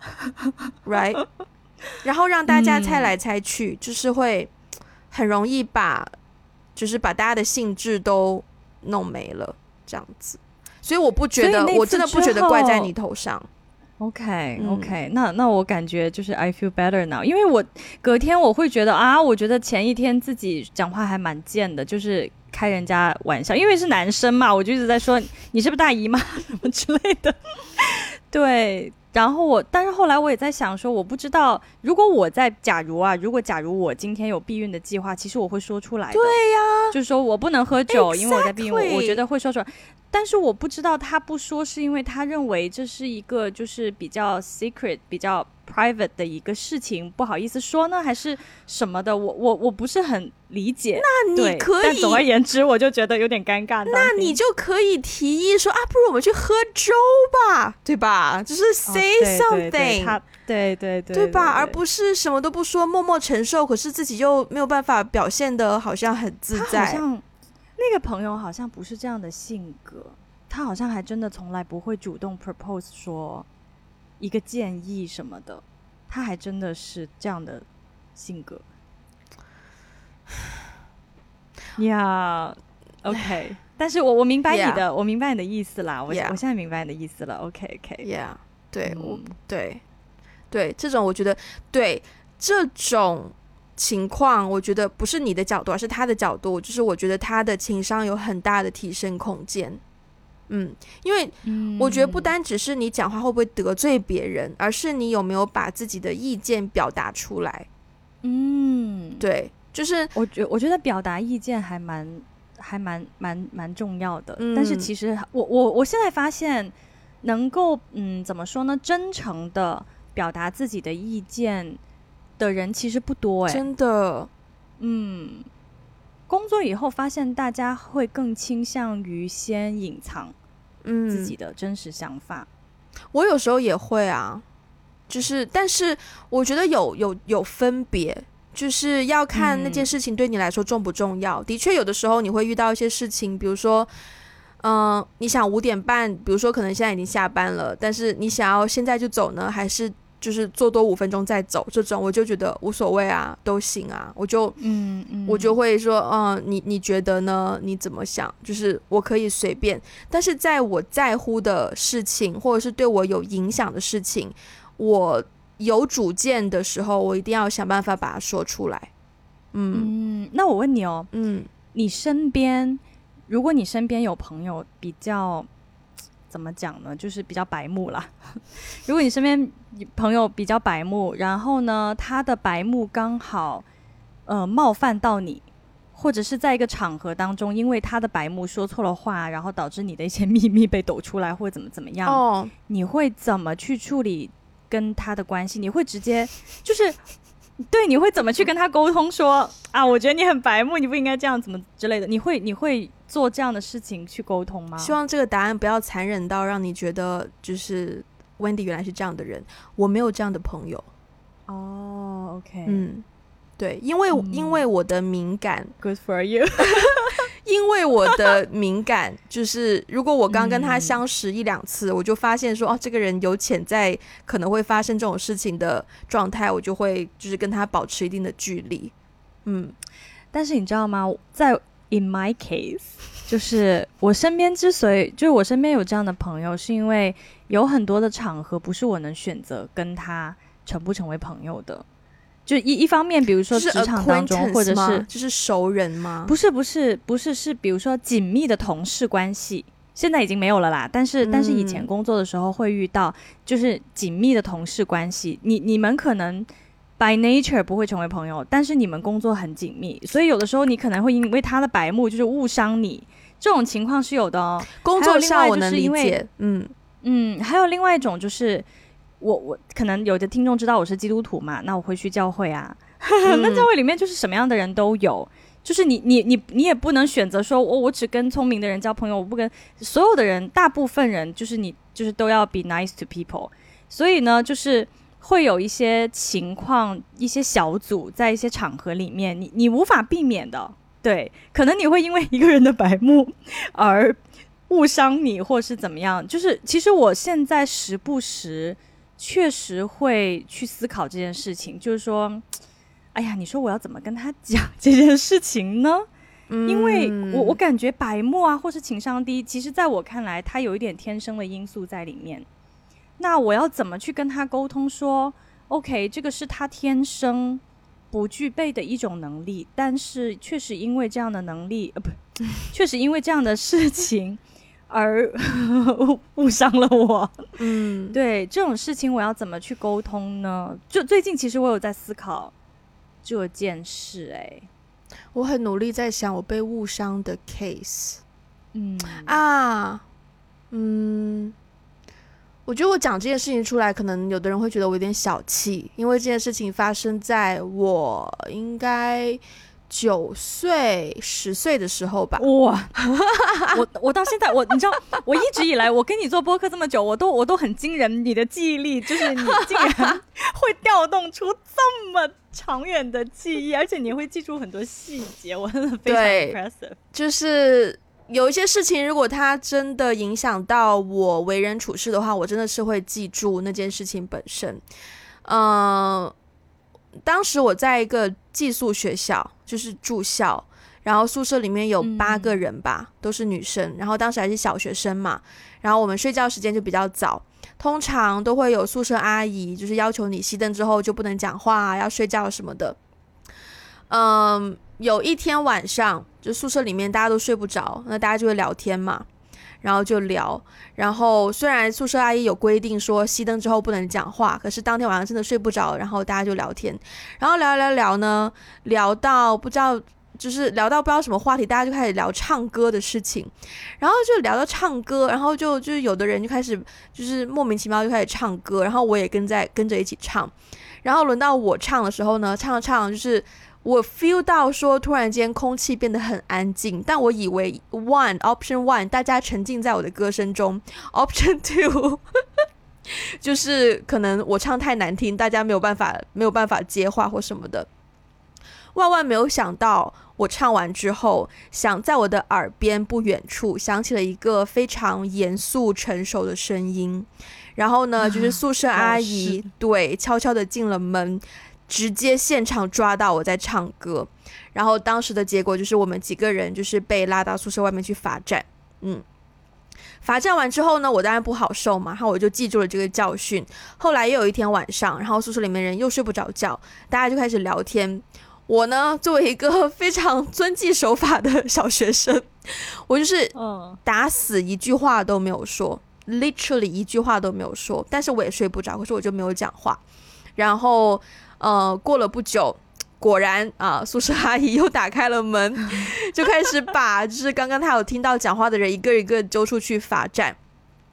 ？Right？ 然后让大家猜来猜去，嗯、就是会很容易把，就是把大家的兴致都弄没了，这样子。所以我不觉得，我真的不觉得怪在你头上。 OK OK，、嗯、那那我感觉就是 I feel better now， 因为我隔天我会觉得啊，我觉得前一天自己讲话还蛮贱的，就是开人家玩笑，因为是男生嘛，我就一直在说你是不是大姨妈什么之类的，对。然后我，但是后来我也在想说，我不知道，如果我在，假如啊，如果假如我今天有避孕的计划，其实我会说出来的。 对呀、啊， 就是说我不能喝酒， exactly. 因为我在避孕，我我觉得会说出来。但是我不知道他不说，是因为他认为这是一个就是比较 secret、比较 private 的一个事情，不好意思说呢，还是什么的？我我我不是很理解。 那你可以， 但总而言之，我就觉得有点尴尬。 那你就可以提议说啊，不如我们去喝粥吧，对吧？就是 say、哦、something， 对对 对, 对, 对, 对吧？而不是什么都不说，默默承受，可是自己又没有办法表现的好像很自在。 他好像那个朋友好像不是这样的性格，他好像还真的从来不会主动 propose 说一个建议什么的，他还真的是这样的性格。呀、yeah, ，OK， 但是我我明白你的， yeah. 我明白你的意思啦，我、yeah. 我现在明白你的意思了 ，OK OK，Yeah，、 okay. 对，嗯、我对对这种我觉得对这种情况，我觉得不是你的角度，而是他的角度，就是我觉得他的情商有很大的提升空间。嗯，因为我觉得不单只是你讲话会不会得罪别人，而是你有没有把自己的意见表达出来。嗯，对。就是我觉我觉得表达意见还蛮还蛮蛮蛮重要的、嗯，但是其实我我我现在发现，能够嗯怎么说呢，真诚的表达自己的意见的人其实不多哎、欸， 真的， 嗯，工作以后发现大家会更倾向于先隐藏自己的真实想法、 嗯，我有时候也会啊，就是但是我觉得有有有分别。就是要看那件事情对你来说重不重要、嗯、的确有的时候你会遇到一些事情，比如说嗯、呃，你想五点半，比如说可能现在已经下班了，但是你想要现在就走呢，还是就是坐多五分钟再走，这种我就觉得无所谓啊，都行啊，我就嗯嗯，我就会说嗯，你你觉得呢？你怎么想？就是我可以随便，但是在我在乎的事情或者是对我有影响的事情，我有主见的时候，我一定要想办法把它说出来。 嗯, 嗯那我问你哦， 嗯， 你身边如果你身边有朋友比较怎么讲呢，就是比较白目啦如果你身边朋友比较白目，然后呢他的白目刚好呃冒犯到你，或者是在一个场合当中因为他的白目说错了话，然后导致你的一些秘密被抖出来或者怎么怎么样、哦、你会怎么去处理跟他的关系？你会直接就是对，你会怎么去跟他沟通说啊？我觉得你很白目，你不应该这样，怎么之类的？你会你会做这样的事情去沟通吗？ 希望这个答案不要残忍到让你觉得就是 Wendy 原来是这样的人。我没有这样的朋友。 哦、oh, ，OK， 嗯，对，因为、嗯、因为我的敏感 ，Good for you 。 因为我的敏感，就是如果我刚跟他相识一两次、嗯，我就发现说，哦，这个人有潜在可能会发生这种事情的状态，我就会就是跟他保持一定的距离。嗯， 但是你知道吗？在 in my case， 就是我身边之所以就是我身边有这样的朋友，是因为有很多的场合不是我能选择跟他成不成为朋友的。就 一, 一方面比如说职场当中，或者是就是熟人吗？ 不是不是不是是比如说紧密的同事关系，现在已经没有了啦，但是、嗯、但是以前工作的时候会遇到就是紧密的同事关系，你你们可能 by nature 不会成为朋友，但是你们工作很紧密，所以有的时候你可能会因为他的白目就是误伤你，这种情况是有的哦。 工作上我能理解。嗯嗯，还有另外一种就是我我可能有的听众知道我是基督徒嘛，那我会去教会啊，嗯、那教会里面就是什么样的人都有，就是你你你你也不能选择说我我只跟聪明的人交朋友，我不跟所有的人，大部分人就是你就是都要 be nice to people， 所以呢就是会有一些情况，一些小组在一些场合里面，你你无法避免的，对，可能你会因为一个人的白目而误伤你，或是怎么样，就是其实我现在时不时确实会去思考这件事情，就是说哎呀你说我要怎么跟他讲这件事情呢、嗯、因为我我感觉白目啊或是情商低，其实在我看来他有一点天生的因素在里面，那我要怎么去跟他沟通说 OK 这个是他天生不具备的一种能力，但是确实因为这样的能力呃不确实因为这样的事情而误伤了我。嗯，对，这种事情我要怎么去沟通呢？就最近其实我有在思考这件事、欸、 我很努力在想我被误伤的 case。 嗯啊嗯我觉得我讲这件事情出来，可能有的人会觉得我有点小气，因为这件事情发生在我应该九岁十岁的时候吧。 哇我我到现在我你知道我一直以来我跟你做播客这么久，我都我都很惊人，你的记忆力就是你竟然会调动出这么长远的记忆，而且你会记住很多细节，我真的非常 impressive。 就是有一些事情如果它真的影响到我为人处事的话，我真的是会记住那件事情本身。嗯、呃当时我在一个寄宿学校，就是住校，然后宿舍里面有八个人吧、嗯、都是女生，然后当时还是小学生嘛，然后我们睡觉时间就比较早，通常都会有宿舍阿姨就是要求你熄灯之后就不能讲话、啊、要睡觉什么的。嗯，有一天晚上就宿舍里面大家都睡不着，那大家就会聊天嘛，然后就聊，然后虽然宿舍阿姨有规定说熄灯之后不能讲话，可是当天晚上真的睡不着，然后大家就聊天，然后聊聊聊呢，聊到不知道就是聊到不知道什么话题，大家就开始聊唱歌的事情，然后就聊到唱歌，然后就就是有的人就开始就是莫名其妙就开始唱歌，然后我也跟在跟着一起唱，然后轮到我唱的时候呢，唱唱就是我 feel 到说突然间空气变得很安静，但我以为 one option one 大家沉浸在我的歌声中， option two 就是可能我唱太难听，大家没有办法没有办法接话或什么的。万万没有想到我唱完之后，想在我的耳边不远处响起了一个非常严肃成熟的声音，然后呢就是宿舍阿姨、啊、对悄悄的进了门，直接现场抓到我在唱歌，然后当时的结果就是我们几个人就是被拉到宿舍外面去罚站。嗯，罚站完之后呢，我当然不好受嘛，然后我就记住了这个教训。后来又有一天晚上，然后宿舍里面人又睡不着觉，大家就开始聊天。我呢作为一个非常遵纪守法的小学生，我就是打死一句话都没有说、嗯、literally 一句话都没有说，但是我也睡不着，可是我就没有讲话。然后呃，过了不久，果然啊，宿舍阿姨又打开了门，就开始把就是刚刚他有听到讲话的人一个一个揪出去罚站。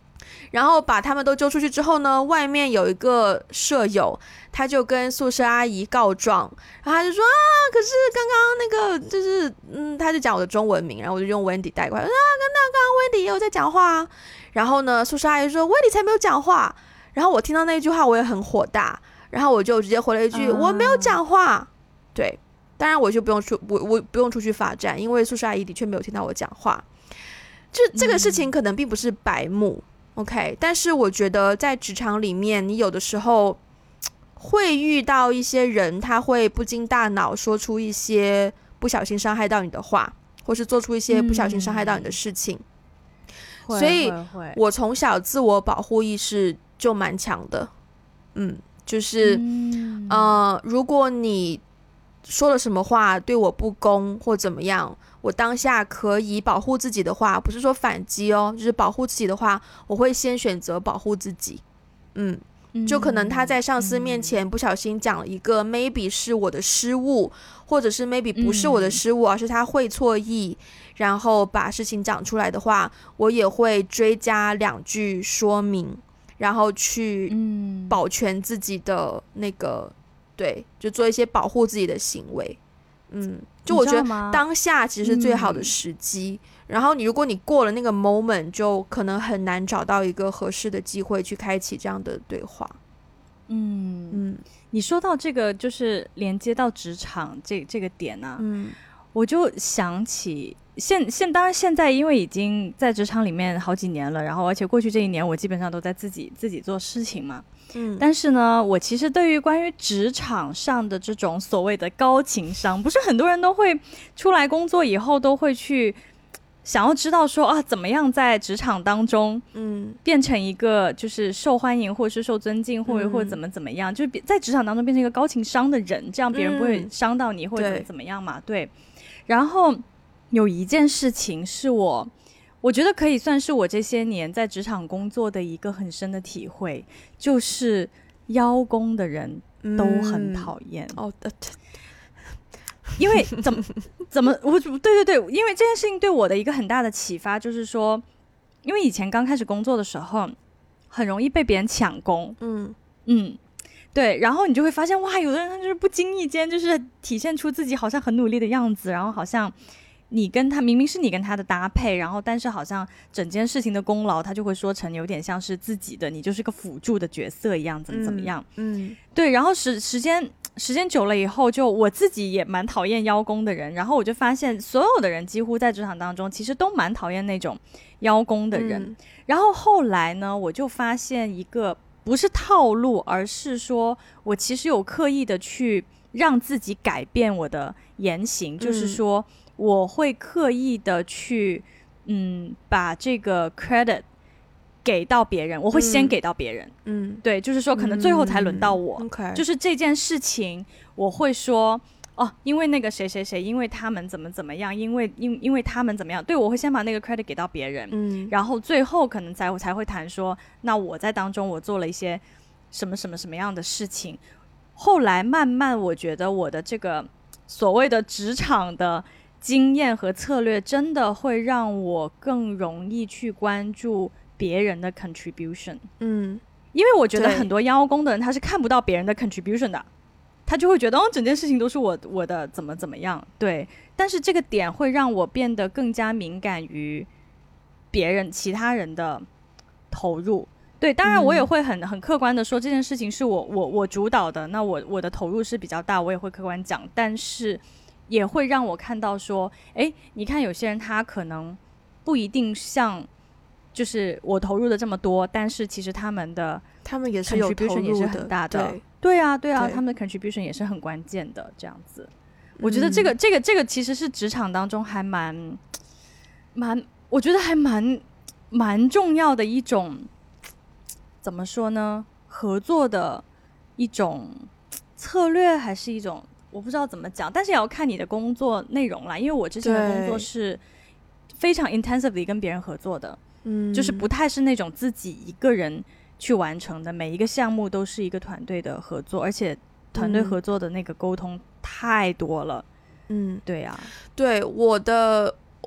然后把他们都揪出去之后呢，外面有一个舍友，他就跟宿舍阿姨告状，然后他就说啊，可是刚刚那个就是嗯，他就讲我的中文名，然后我就用 Wendy 带过来，啊，刚刚刚刚 Wendy 也有在讲话啊。然后呢，宿舍阿姨说 Wendy 才没有讲话。然后我听到那句话，我也很火大，然后我就直接回了一句、uh. 我没有讲话。对，当然我就不用出我我不用出去罚站，因为宿舍阿姨的确没有听到我讲话。就这个事情可能并不是白目、嗯、OK， 但是我觉得在职场里面，你有的时候会遇到一些人，他会不经大脑说出一些不小心伤害到你的话，或是做出一些不小心伤害到你的事情、嗯、所以我从小自我保护意识就蛮强的。嗯，就是嗯、呃，如果你说了什么话对我不公或怎么样，我当下可以保护自己的话，不是说反击哦，就是保护自己的话，我会先选择保护自己。嗯，就可能他在上司面前不小心讲了一个 maybe 是我的失误，或者是 maybe 不是我的失误，而是他会错意，然后把事情讲出来的话，我也会追加两句说明，然后去保全自己的那个、嗯、对，就做一些保护自己的行为。嗯，就我觉得当下其实是最好的时机、嗯、然后你如果你过了那个 moment， 就可能很难找到一个合适的机会去开启这样的对话。 嗯嗯，你说到这个就是连接到职场这这个点啊，嗯，我就想起现现当然现在因为已经在职场里面好几年了，然后而且过去这一年我基本上都在自己自己做事情嘛，嗯，但是呢，我其实对于关于职场上的这种所谓的高情商，不是很多人都会出来工作以后都会去想要知道说啊，怎么样在职场当中，嗯，变成一个就是受欢迎或者是受尊敬，或者、嗯、或者怎么怎么样，就是在职场当中变成一个高情商的人，这样别人不会伤到你、嗯、或者怎么怎么样嘛， 对, 对。然后有一件事情是我我觉得可以算是我这些年在职场工作的一个很深的体会，就是邀功的人都很讨厌、嗯、哦，因为怎么怎么我对对对，因为这件事情对我的一个很大的启发就是说，因为以前刚开始工作的时候很容易被别人抢功，嗯嗯，对，然后你就会发现哇，有的人他就是不经意间就是体现出自己好像很努力的样子，然后好像你跟他明明是你跟他的搭配，然后但是好像整件事情的功劳他就会说成有点像是自己的，你就是个辅助的角色一样，怎么怎么样，嗯，嗯对，然后时时间时间久了以后，就我自己也蛮讨厌邀功的人，然后我就发现所有的人几乎在职场当中其实都蛮讨厌那种邀功的人、嗯、然后后来呢，我就发现一个不是套路，而是说我其实有刻意的去让自己改变我的言行、嗯、就是说我会刻意的去嗯把这个 credit 给到别人，我会先给到别人，嗯，对，就是说可能最后才轮到我、嗯 okay、就是这件事情我会说哦，因为那个谁谁谁，因为他们怎么怎么样，因为因因为他们怎么样，对，我会先把那个 credit 给到别人，嗯，然后最后可能才我才会谈说，那我在当中我做了一些什么什么什么样的事情。后来慢慢我觉得我的这个所谓的职场的经验和策略真的会让我更容易去关注别人的 contribution， 嗯，因为我觉得很多邀功的人他是看不到别人的 contribution 的，他就会觉得哦，整件事情都是我我的怎么怎么样，对，但是这个点会让我变得更加敏感于别人其他人的投入，对，当然我也会很很客观的说这件事情是我我我主导的，那我我的投入是比较大，我也会客观讲，但是也会让我看到说，哎，你看有些人他可能不一定像就是我投入的这么多，但是其实他们的他们也是有投入的， contribution 也是很大的，对对啊对啊对，他们的 contribution 也是很关键的，这样子我觉得这个、嗯、这个这个其实是职场当中还蛮蛮我觉得还蛮蛮重要的一种，怎么说呢，合作的一种策略，还是一种我不知道怎么讲，但是也要看你的工作内容啦，因为我之前的工作是非常 intensively 跟别人合作的，嗯，就是不太是那种自己一个人去完成的，每一个项目都是一个团队的合作，而且团队合作的那个沟通太多了，嗯，对啊， 对，我的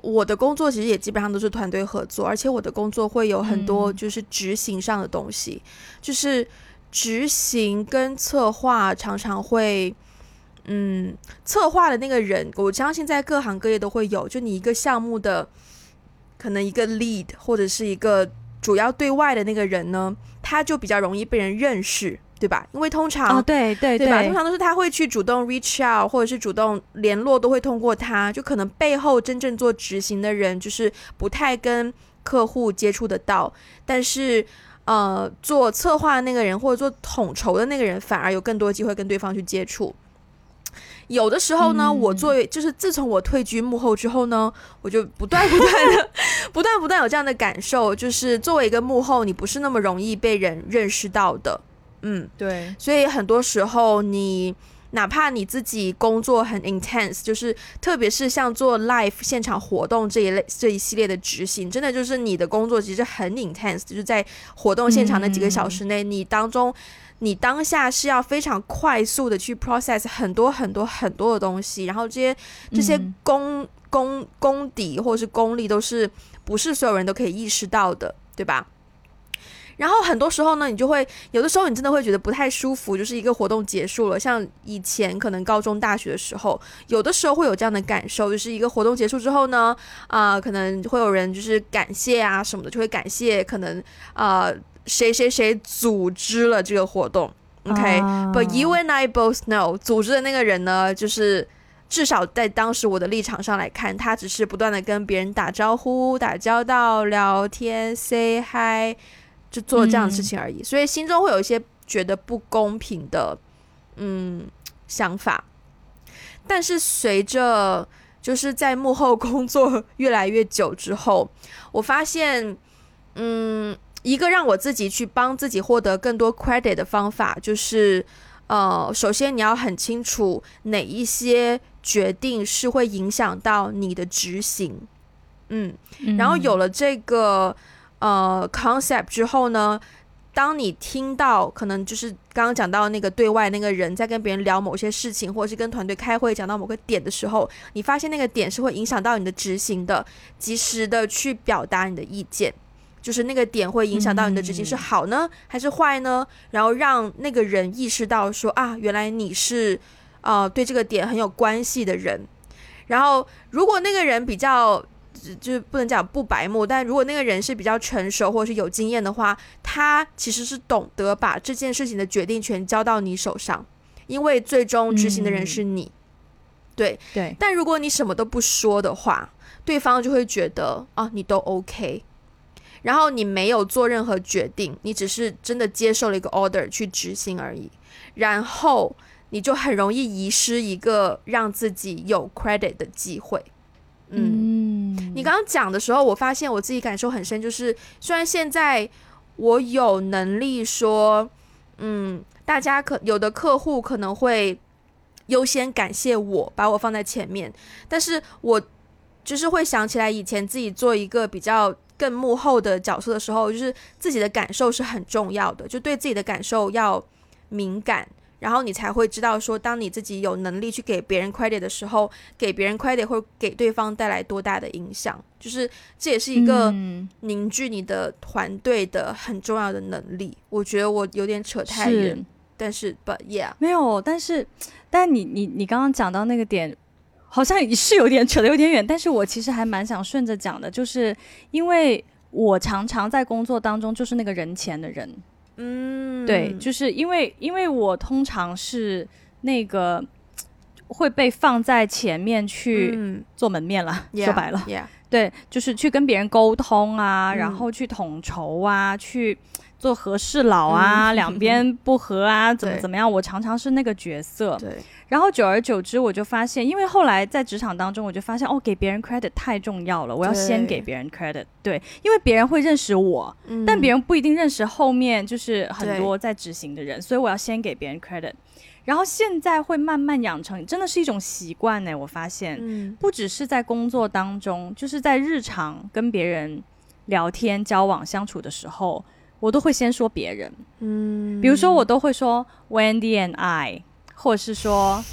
我的工作其实也基本上都是团队合作，而且我的工作会有很多就是执行上的东西，嗯、就是执行跟策划常常会，嗯，策划的那个人，我相信在各行各业都会有，就你一个项目的可能一个 lead 或者是一个主要对外的那个人呢，他就比较容易被人认识。对吧？因为通常、 哦、对对对, 对吧？通常都是他会去主动 reach out， 或者是主动联络，都会通过他。就可能背后真正做执行的人，就是不太跟客户接触得到，但是呃，做策划的那个人或者做统筹的那个人，反而有更多机会跟对方去接触。有的时候呢，嗯、我作为就是自从我退居幕后之后呢，我就不断不断的不断不断有这样的感受，就是作为一个幕后，你不是那么容易被人认识到的。嗯， 对， 所以很多时候你哪怕你自己工作很 intense， 就是特别是像做 live 现场活动这一类这一系列的执行，真的就是你的工作其实很 intense， 就是在活动现场那几个小时内，嗯、你当中你当下是要非常快速的去 process 很多很多很多的东西，然后这些这些功、嗯、功功底或者是功力都是不是所有人都可以意识到的，对吧？然后很多时候呢，你就会有的时候你真的会觉得不太舒服，就是一个活动结束了，像以前可能高中大学的时候，有的时候会有这样的感受，就是一个活动结束之后呢，啊、呃，可能会有人就是感谢啊什么的，就会感谢可能啊、呃、谁谁谁组织了这个活动 ，OK，But、uh. you and I both know， 组织的那个人呢，就是至少在当时我的立场上来看，他只是不断的跟别人打招呼、打交道、聊天 ，say hi。就做这样的事情而已、嗯、所以心中会有一些觉得不公平的嗯想法，但是随着就是在幕后工作越来越久之后，我发现嗯一个让我自己去帮自己获得更多 credit 的方法就是呃首先你要很清楚哪一些决定是会影响到你的执行，嗯然后有了这个呃 concept 之后呢，当你听到可能就是刚刚讲到那个对外那个人在跟别人聊某些事情，或者是跟团队开会讲到某个点的时候，你发现那个点是会影响到你的执行的，及时的去表达你的意见，就是那个点会影响到你的执行是好呢、嗯、还是坏呢，然后让那个人意识到说啊，原来你是呃对这个点很有关系的人。然后如果那个人比较就不能讲不白目，但如果那个人是比较成熟或是有经验的话，他其实是懂得把这件事情的决定权交到你手上，因为最终执行的人是你、嗯、对对。 但如果你什么都不说的话，对方就会觉得啊你都 OK， 然后你没有做任何决定，你只是真的接受了一个 order 去执行而已，然后你就很容易遗失一个让自己有 credit 的机会。嗯，嗯你刚刚讲的时候，我发现我自己感受很深，就是虽然现在我有能力说，嗯，大家可有的客户可能会优先感谢我，把我放在前面，但是我就是会想起来以前自己做一个比较更幕后的角色的时候，就是自己的感受是很重要的，就对自己的感受要敏感，然后你才会知道说当你自己有能力去给别人 credit 的时候，给别人 credit 会给对方带来多大的影响，就是这也是一个凝聚你的团队的很重要的能力、嗯、我觉得我有点扯太远，但是 but yeah 没有，但是但你你你刚刚讲到那个点好像是有点扯得有点远，但是我其实还蛮想顺着讲的，就是因为我常常在工作当中就是那个人前的人，嗯，对，就是因为因为我通常是那个会被放在前面去做门面了、嗯、说白了、 yeah, yeah. 对，就是去跟别人沟通啊、嗯、然后去统筹啊，去做和事佬啊、嗯、两边不和啊怎么怎么样，我常常是那个角色。 对， 然后久而久之我就发现，因为后来在职场当中我就发现哦，给别人 credit 太重要了，我要先给别人 credit。 对，因为别人会认识我、嗯、但别人不一定认识后面就是很多在执行的人，所以我要先给别人 credit。 然后现在会慢慢养成，真的是一种习惯呢。我发现、嗯、不只是在工作当中，就是在日常跟别人聊天交往相处的时候，我都会先说别人，嗯，比如说我都会说 Wendy and I， 或者是说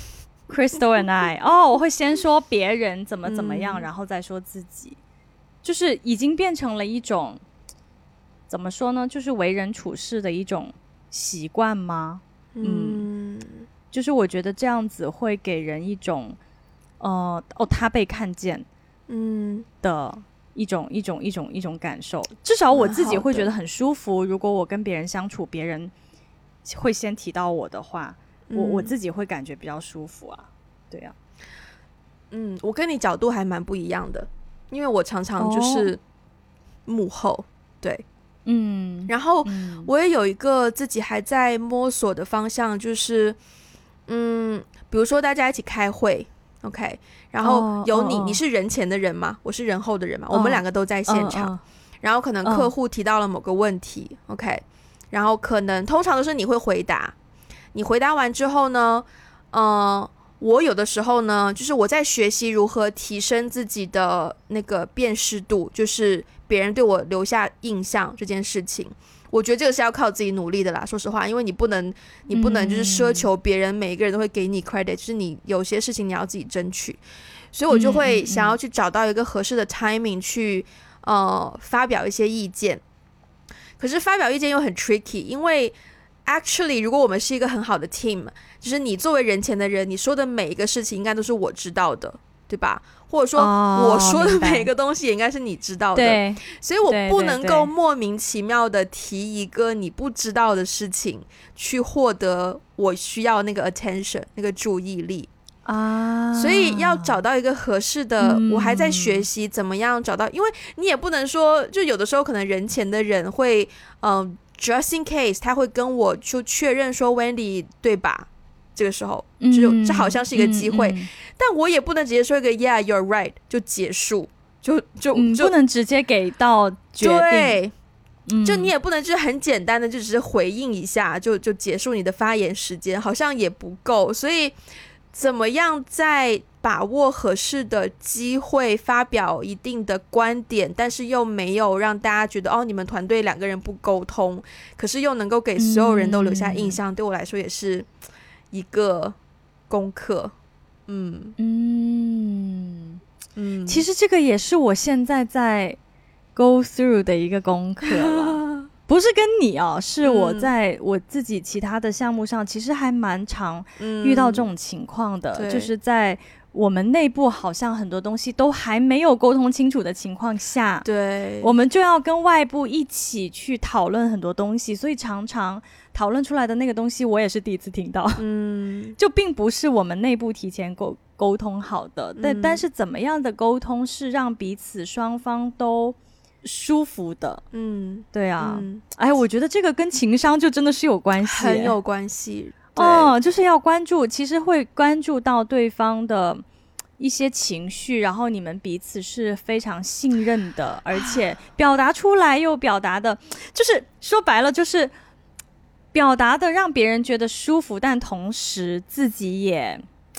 Crystal and I 哦，我会先说别人怎么怎么样、嗯、然后再说自己，就是已经变成了一种怎么说呢，就是为人处事的一种习惯吗？ 嗯, 嗯就是我觉得这样子会给人一种呃哦他被看见嗯的一种一种一种一种感受，至少我自己会觉得很舒服。如果我跟别人相处，别人会先提到我的话，我、嗯、我自己会感觉比较舒服啊。对啊， 嗯，我跟你角度还蛮不一样的，因为我常常就是幕后、哦、对，嗯，然后我也有一个自己还在摸索的方向，就是嗯，比如说大家一起开会 OK， 然后有你、哦、你是人前的人嘛，我是人后的人嘛、哦、我们两个都在现场、哦、然后可能客户提到了某个问题、哦、OK， 然后可能通常都是你会回答，你回答完之后呢呃我有的时候呢就是我在学习如何提升自己的那个辨识度，就是别人对我留下印象这件事情，我觉得这个是要靠自己努力的啦，说实话，因为你不能你不能就是奢求别人、嗯、每一个人都会给你 credit， 就是你有些事情你要自己争取，所以我就会想要去找到一个合适的 timing 去呃发表一些意见，可是发表意见又很 tricky， 因为 actually 如果我们是一个很好的 team， 就是你作为人前的人，你说的每一个事情应该都是我知道的，对吧？或者说我说的每个东西也应该是你知道的、哦、所以我不能够莫名其妙的提一个你不知道的事情去获得我需要那个 attention 那个注意力啊，所以要找到一个合适的、嗯、我还在学习怎么样找到，因为你也不能说就有的时候可能人前的人会嗯、呃、just in case 他会跟我就确认说 Wendy 对吧，这个时候就这好像是一个机会、嗯嗯嗯、但我也不能直接说一个 yeah you're right 就结束，就就、嗯、就不能直接给到决定， 对、嗯、就你也不能就是很简单的就只是回应一下就就结束你的发言时间，好像也不够，所以怎么样在把握合适的机会发表一定的观点，但是又没有让大家觉得哦你们团队两个人不沟通，可是又能够给所有人都留下印象、嗯、对我来说也是一个功课。嗯嗯嗯，其实这个也是我现在在 go through 的一个功课了不是跟你哦，是我在我自己其他的项目上其实还蛮常遇到这种情况的、嗯、就是在我们内部好像很多东西都还没有沟通清楚的情况下，对，我们就要跟外部一起去讨论很多东西，所以常常讨论出来的那个东西我也是第一次听到，嗯，就并不是我们内部提前沟沟通好的，但、嗯、但是怎么样的沟通是让彼此双方都舒服的，嗯，对啊、嗯、哎，我觉得这个跟情商就真的是有关系， 很有关系哦，就是要关注，其实会关注到对方的一些情绪，然后你们彼此是非常信任的，而且表达出来又表达的就是说白了就是表达的让别人觉得舒服，但同时自己也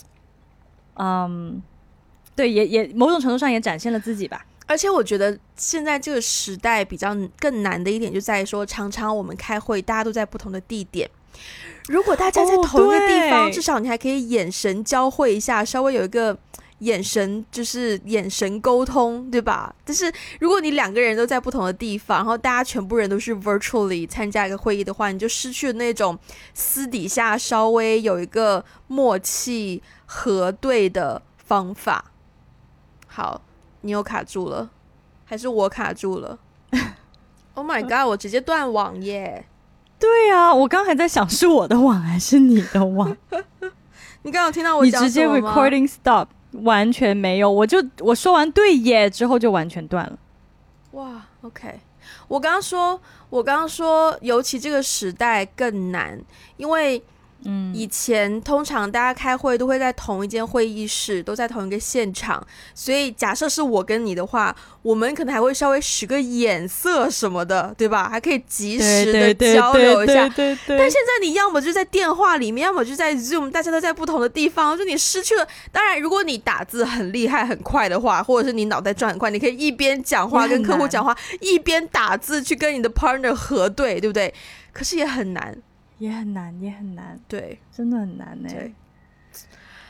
嗯，对，也也某种程度上也展现了自己吧。 而且我觉得现在这个时代比较更难的一点就在于说，常常我们开会大家都在不同的地点，如果大家在同一个地方、哦、至少你还可以眼神交汇一下，稍微有一个眼神就是眼神沟通，对吧？但是如果你两个人都在不同的地方，然后大家全部人都是 virtually 参加一个会议的话，你就失去了那种私底下稍微有一个默契核对的方法。好，你又卡住了还是我卡住了？Oh my god 我直接断网耶。 对啊，我刚还在想是我的网还是你的网你刚刚有听到我讲什么吗？ 你直接 recording stop， 完全没有，我就我说完对耶之后就完全断了。 哇 OK， 我刚刚说我刚刚说尤其这个时代更难，因为嗯，以前通常大家开会都会在同一间会议室，都在同一个现场，所以假设是我跟你的话，我们可能还会稍微使个眼色什么的，对吧？还可以及时的交流一下。但现在你要么就在电话里面，要么就在 Zoom， 大家都在不同的地方，就你失去了。当然如果你打字很厉害很快的话，或者是你脑袋转很快，你可以一边讲话跟客户讲话，一边打字去跟你的 partner 核对，对不对？可是也很难， 也很难，也很难， 对， 真的很难欸。 对，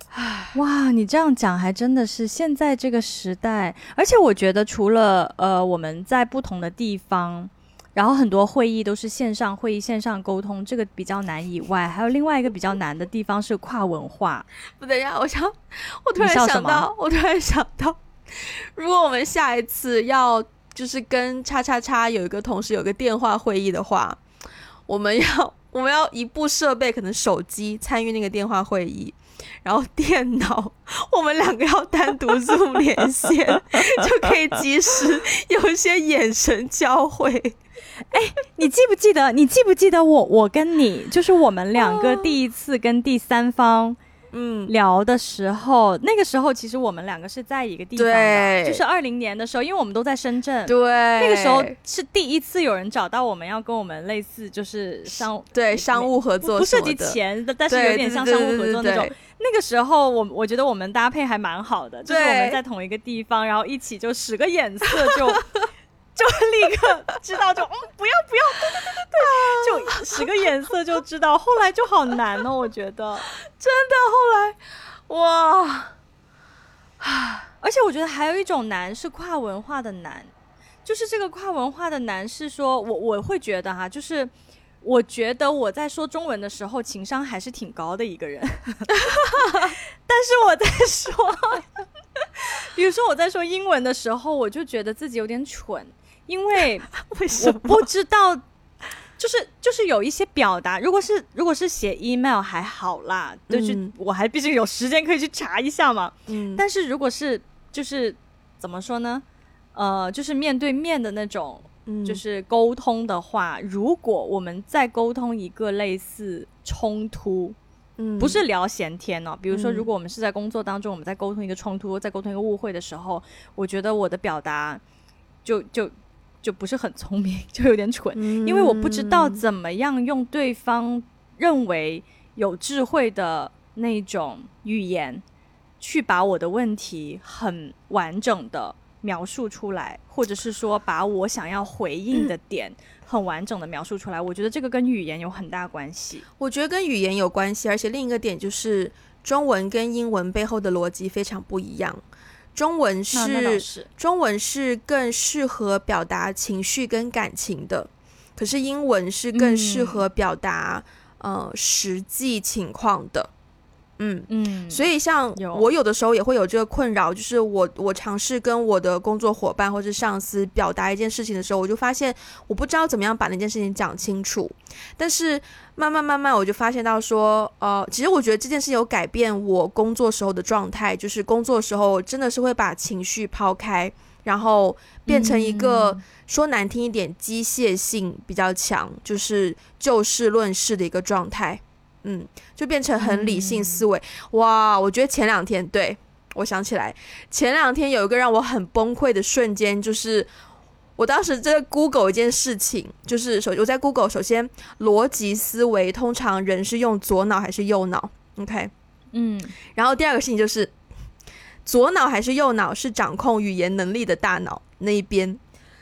哇，你这样讲还真的是现在这个时代，而且我觉得除了呃我们在不同的地方，然后很多会议都是线上会议、线上沟通，这个比较难以外，还有另外一个比较难的地方是跨文化。 不等一下，我想，我突然想到，我突然想到，如果我们下一次要就是跟叉叉叉有一个同事有一个电话会议的话，我们要我们要一部设备，可能手机参与那个电话会议。然后电脑我们两个要单独 Zoom 连线就可以及时有一些眼神交汇。 哎，你记不记得你记不记得我我跟你就是我们两个第一次跟第三方嗯聊的时候、嗯、那个时候其实我们两个是在一个地方的，就是二零年的时候，因为我们都在深圳， 对， 那个时候是第一次有人找到我们要跟我们类似就是商对商务合作， 不涉及钱的，但是有点像商务合作那种。那个时候我我觉得我们搭配还蛮好的，就是我们在同一个地方，然后一起就使个眼色就就立刻知道就嗯不要不要对对对对对，就使个眼色就知道。后来就好难哦，我觉得真的后来哇， 而且我觉得还有一种难是跨文化的难，就是这个跨文化的难是说我我会觉得哈，就是我觉得我在说中文的时候情商还是挺高的一个人但是我在说比如说我在说英文的时候，我就觉得自己有点蠢，因为我不知道就是就是有一些表达，如果是如果是写 email 还好啦，就是我还毕竟有时间可以去查一下嘛、嗯、但是如果是就是怎么说呢呃，就是面对面的那种就是沟通的话、嗯、如果我们在沟通一个类似冲突、嗯、不是聊闲天哦，比如说如果我们是在工作当中、嗯、我们在沟通一个冲突，在沟通一个误会的时候，我觉得我的表达就就就不是很聪明，就有点蠢、嗯、因为我不知道怎么样用对方认为有智慧的那种语言去把我的问题很完整的描述出来，或者是说把我想要回应的点很完整的描述出来、嗯、我觉得这个跟语言有很大关系。 我觉得跟语言有关系，而且另一个点就是中文跟英文背后的逻辑非常不一样。中文 是,、啊、那是中文是更适合表达情绪跟感情的，可是英文是更适合表达、嗯、呃实际情况的。嗯嗯，所以像我有的时候也会有这个困扰，就是我我尝试跟我的工作伙伴或是上司表达一件事情的时候，我就发现我不知道怎么样把那件事情讲清楚，但是慢慢慢慢我就发现到说呃，其实我觉得这件事有改变我工作时候的状态，就是工作时候真的是会把情绪抛开，然后变成一个、嗯、说难听一点机械性比较强，就是就事论事的一个状态。嗯，就变成很理性思维、嗯、哇，我觉得前两天对我想起来前两天有一个让我很崩溃的瞬间，就是我当时在 Google 一件事情，就是首我在 Google 首先逻辑思维通常人是用左脑还是右脑 OK 嗯，然后第二个事情就是左脑还是右脑是掌控语言能力的大脑那一边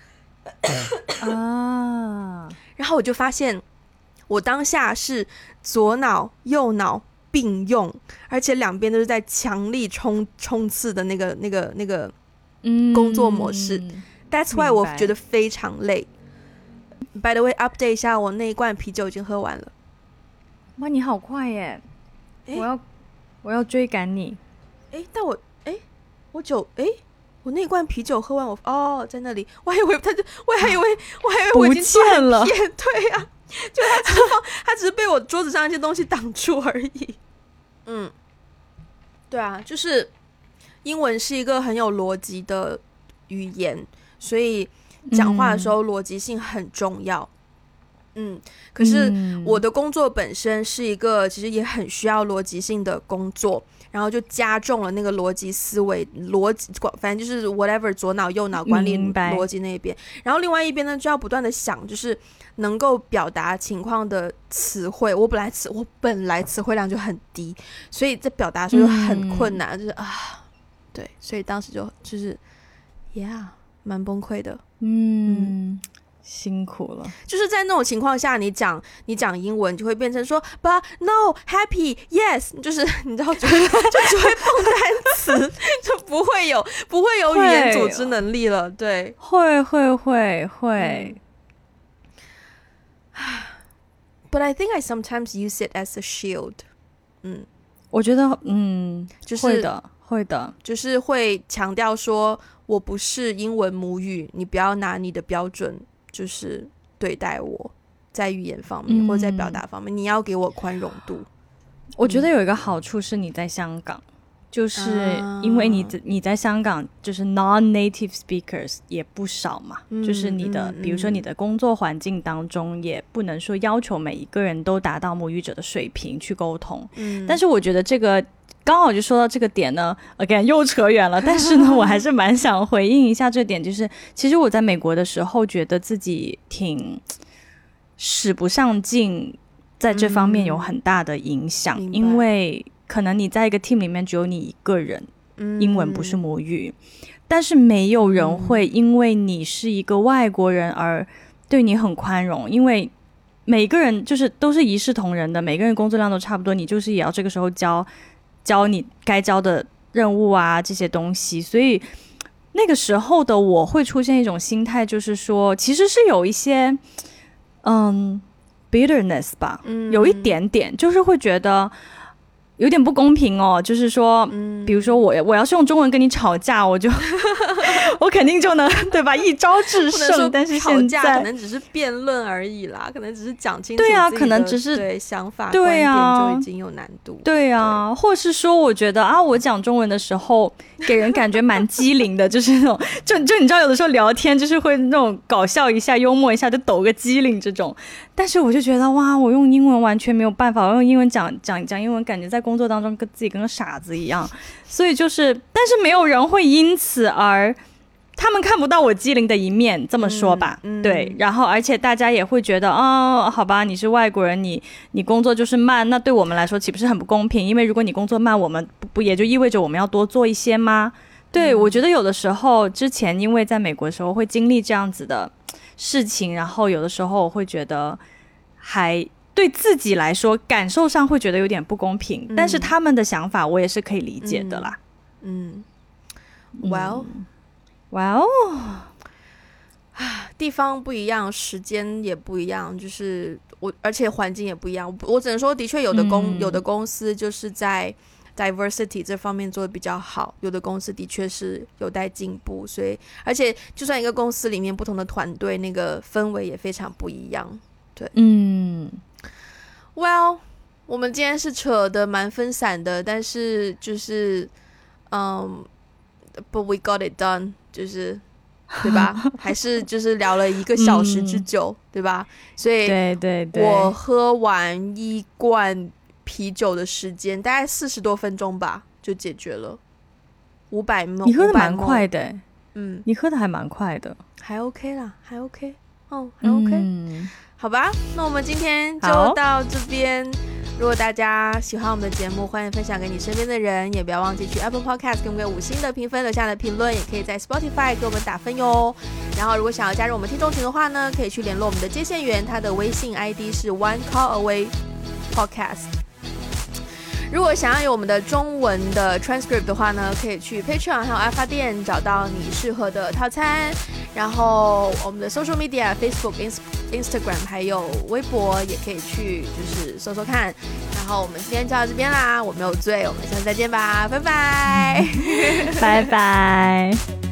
啊，然后我就发现我当下是左脑右脑并用，而且两边都是在强力冲冲刺的那个那个那个工作模式、嗯、That's why 我觉得非常累。 By the way update 一下，我那一罐啤酒已经喝完了。 哇，你好快耶，我要我要追赶你。 诶，但我诶我酒诶我那罐啤酒喝完，我哦在那里，我还以为他就我还以为我还以为我已经见了， 对啊，就他只是放他只是被我桌子上一些东西挡住而已。嗯，对啊，就是英文是一个很有逻辑的语言，所以讲话的时候逻辑性很重要。嗯，可是我的工作本身是一个其实也很需要逻辑性的工作，然后就加重了那个逻辑思维，逻辑反正就是 whatever 左脑右脑管理逻辑那边，然后另外一边呢就要不断的想，就是能够表达情况的词汇。我本来词我本来词汇量就很低，所以在表达的时候就很困难、嗯、就是啊，对，所以当时就就是 yeah 蛮崩溃的。 嗯， 辛苦了。 就是在那种情况下，你讲你讲英文就会变成说 but no happy yes， 就是你知道就就只会蹦单词，就不会有不会有语言组织能力了。对， 会会会会。 But I think I sometimes use it as a shield。嗯， 我觉得嗯， 就是会的会的， 就是会强调说我不是英文母语，你不要拿你的标准就是对待我，在语言方面、嗯、或者在表达方面，你要给我宽容度。 我觉得有一个好处是你在香港，就是因为你你在香港就是 non-native speakers 也不少嘛、嗯、就是你的、嗯、比如说你的工作环境当中也不能说要求每一个人都达到母语者的水平去沟通、嗯、但是我觉得这个刚好就说到这个点呢 again 又扯远了，但是呢我还是蛮想回应一下这点，就是其实我在美国的时候觉得自己挺使不上劲，在这方面有很大的影响、嗯、因为可能你在一个 team 里面只有你一个人、嗯、英文不是母语，但是没有人会因为你是一个外国人而对你很宽容，因为每个人就是都是一视同仁的，每个人工作量都差不多，你就是也要这个时候教教你该教的任务啊这些东西，所以那个时候的我会出现一种心态，就是说其实是有一些嗯 bitterness 吧、嗯、有一点点就是会觉得有点不公平哦，就是说、嗯、比如说我我要是用中文跟你吵架，我就我肯定就能对吧一招制胜，但是现在吵架可能只是辩论而已啦，可能只是讲清楚自己的对啊，可能只是对想法对、啊、观点就已经有难度， 对啊对，或是说我觉得啊我讲中文的时候给人感觉蛮机灵的就是那种就就你知道有的时候聊天就是会那种搞笑一下幽默一下就抖个机灵这种，但是我就觉得哇我用英文完全没有办法，我用英文讲讲讲英文感觉在工作当中跟自己跟个傻子一样，所以就是但是没有人会因此而他们看不到我机灵的一面这么说吧、嗯嗯、对，然后而且大家也会觉得哦好吧你是外国人，你你工作就是慢，那对我们来说岂不是很不公平，因为如果你工作慢我们 不, 不也就意味着我们要多做一些吗？对、嗯、我觉得有的时候之前因为在美国的时候会经历这样子的事情，然后有的时候我会觉得还对自己来说感受上会觉得有点不公平、嗯、但是他们的想法我也是可以理解的啦。 嗯 Well Well 地方不一样，时间也不一样，就是我而且环境也不一样，我只能说的确有的公、嗯、有的公司就是在 diversity 这方面做得比较好，有的公司的确是有待进步，所以而且就算一个公司里面不同的团队那个氛围也非常不一样。对， 嗯 Well 我们今天是扯得蛮分散的，但是就是嗯、um, But we got it done， 就是对吧还是就是聊了一个小时之久、嗯、对吧，所以对对对， 我喝完一罐啤酒的时间大概四十多分钟吧就解决了五百 ml。 你喝的蛮快的， 嗯， 你喝的还蛮快的， 还 OK 啦，还 OK 哦，还 OK、嗯、好吧，那我们今天就到这边。如果大家喜欢我们的节目，欢迎分享给你身边的人，也不要忘记去 Apple Podcast 给我们个五星的评分，留下的评论，也可以在 Spotify 给我们打分哟。然后如果想要加入我们听众群的话呢，可以去联络我们的接线员，他的微信 I D 是 One Call Away Podcast。如果想要有我们的中文的 transcript 的话呢，可以去 Patreon 还有阿发店找到你适合的套餐。然后我们的 social media Facebook、Instagram 还有微博也可以去就是搜搜看。然后我们今天就到这边啦，我没有醉，我们下次再见吧，拜拜， 拜拜。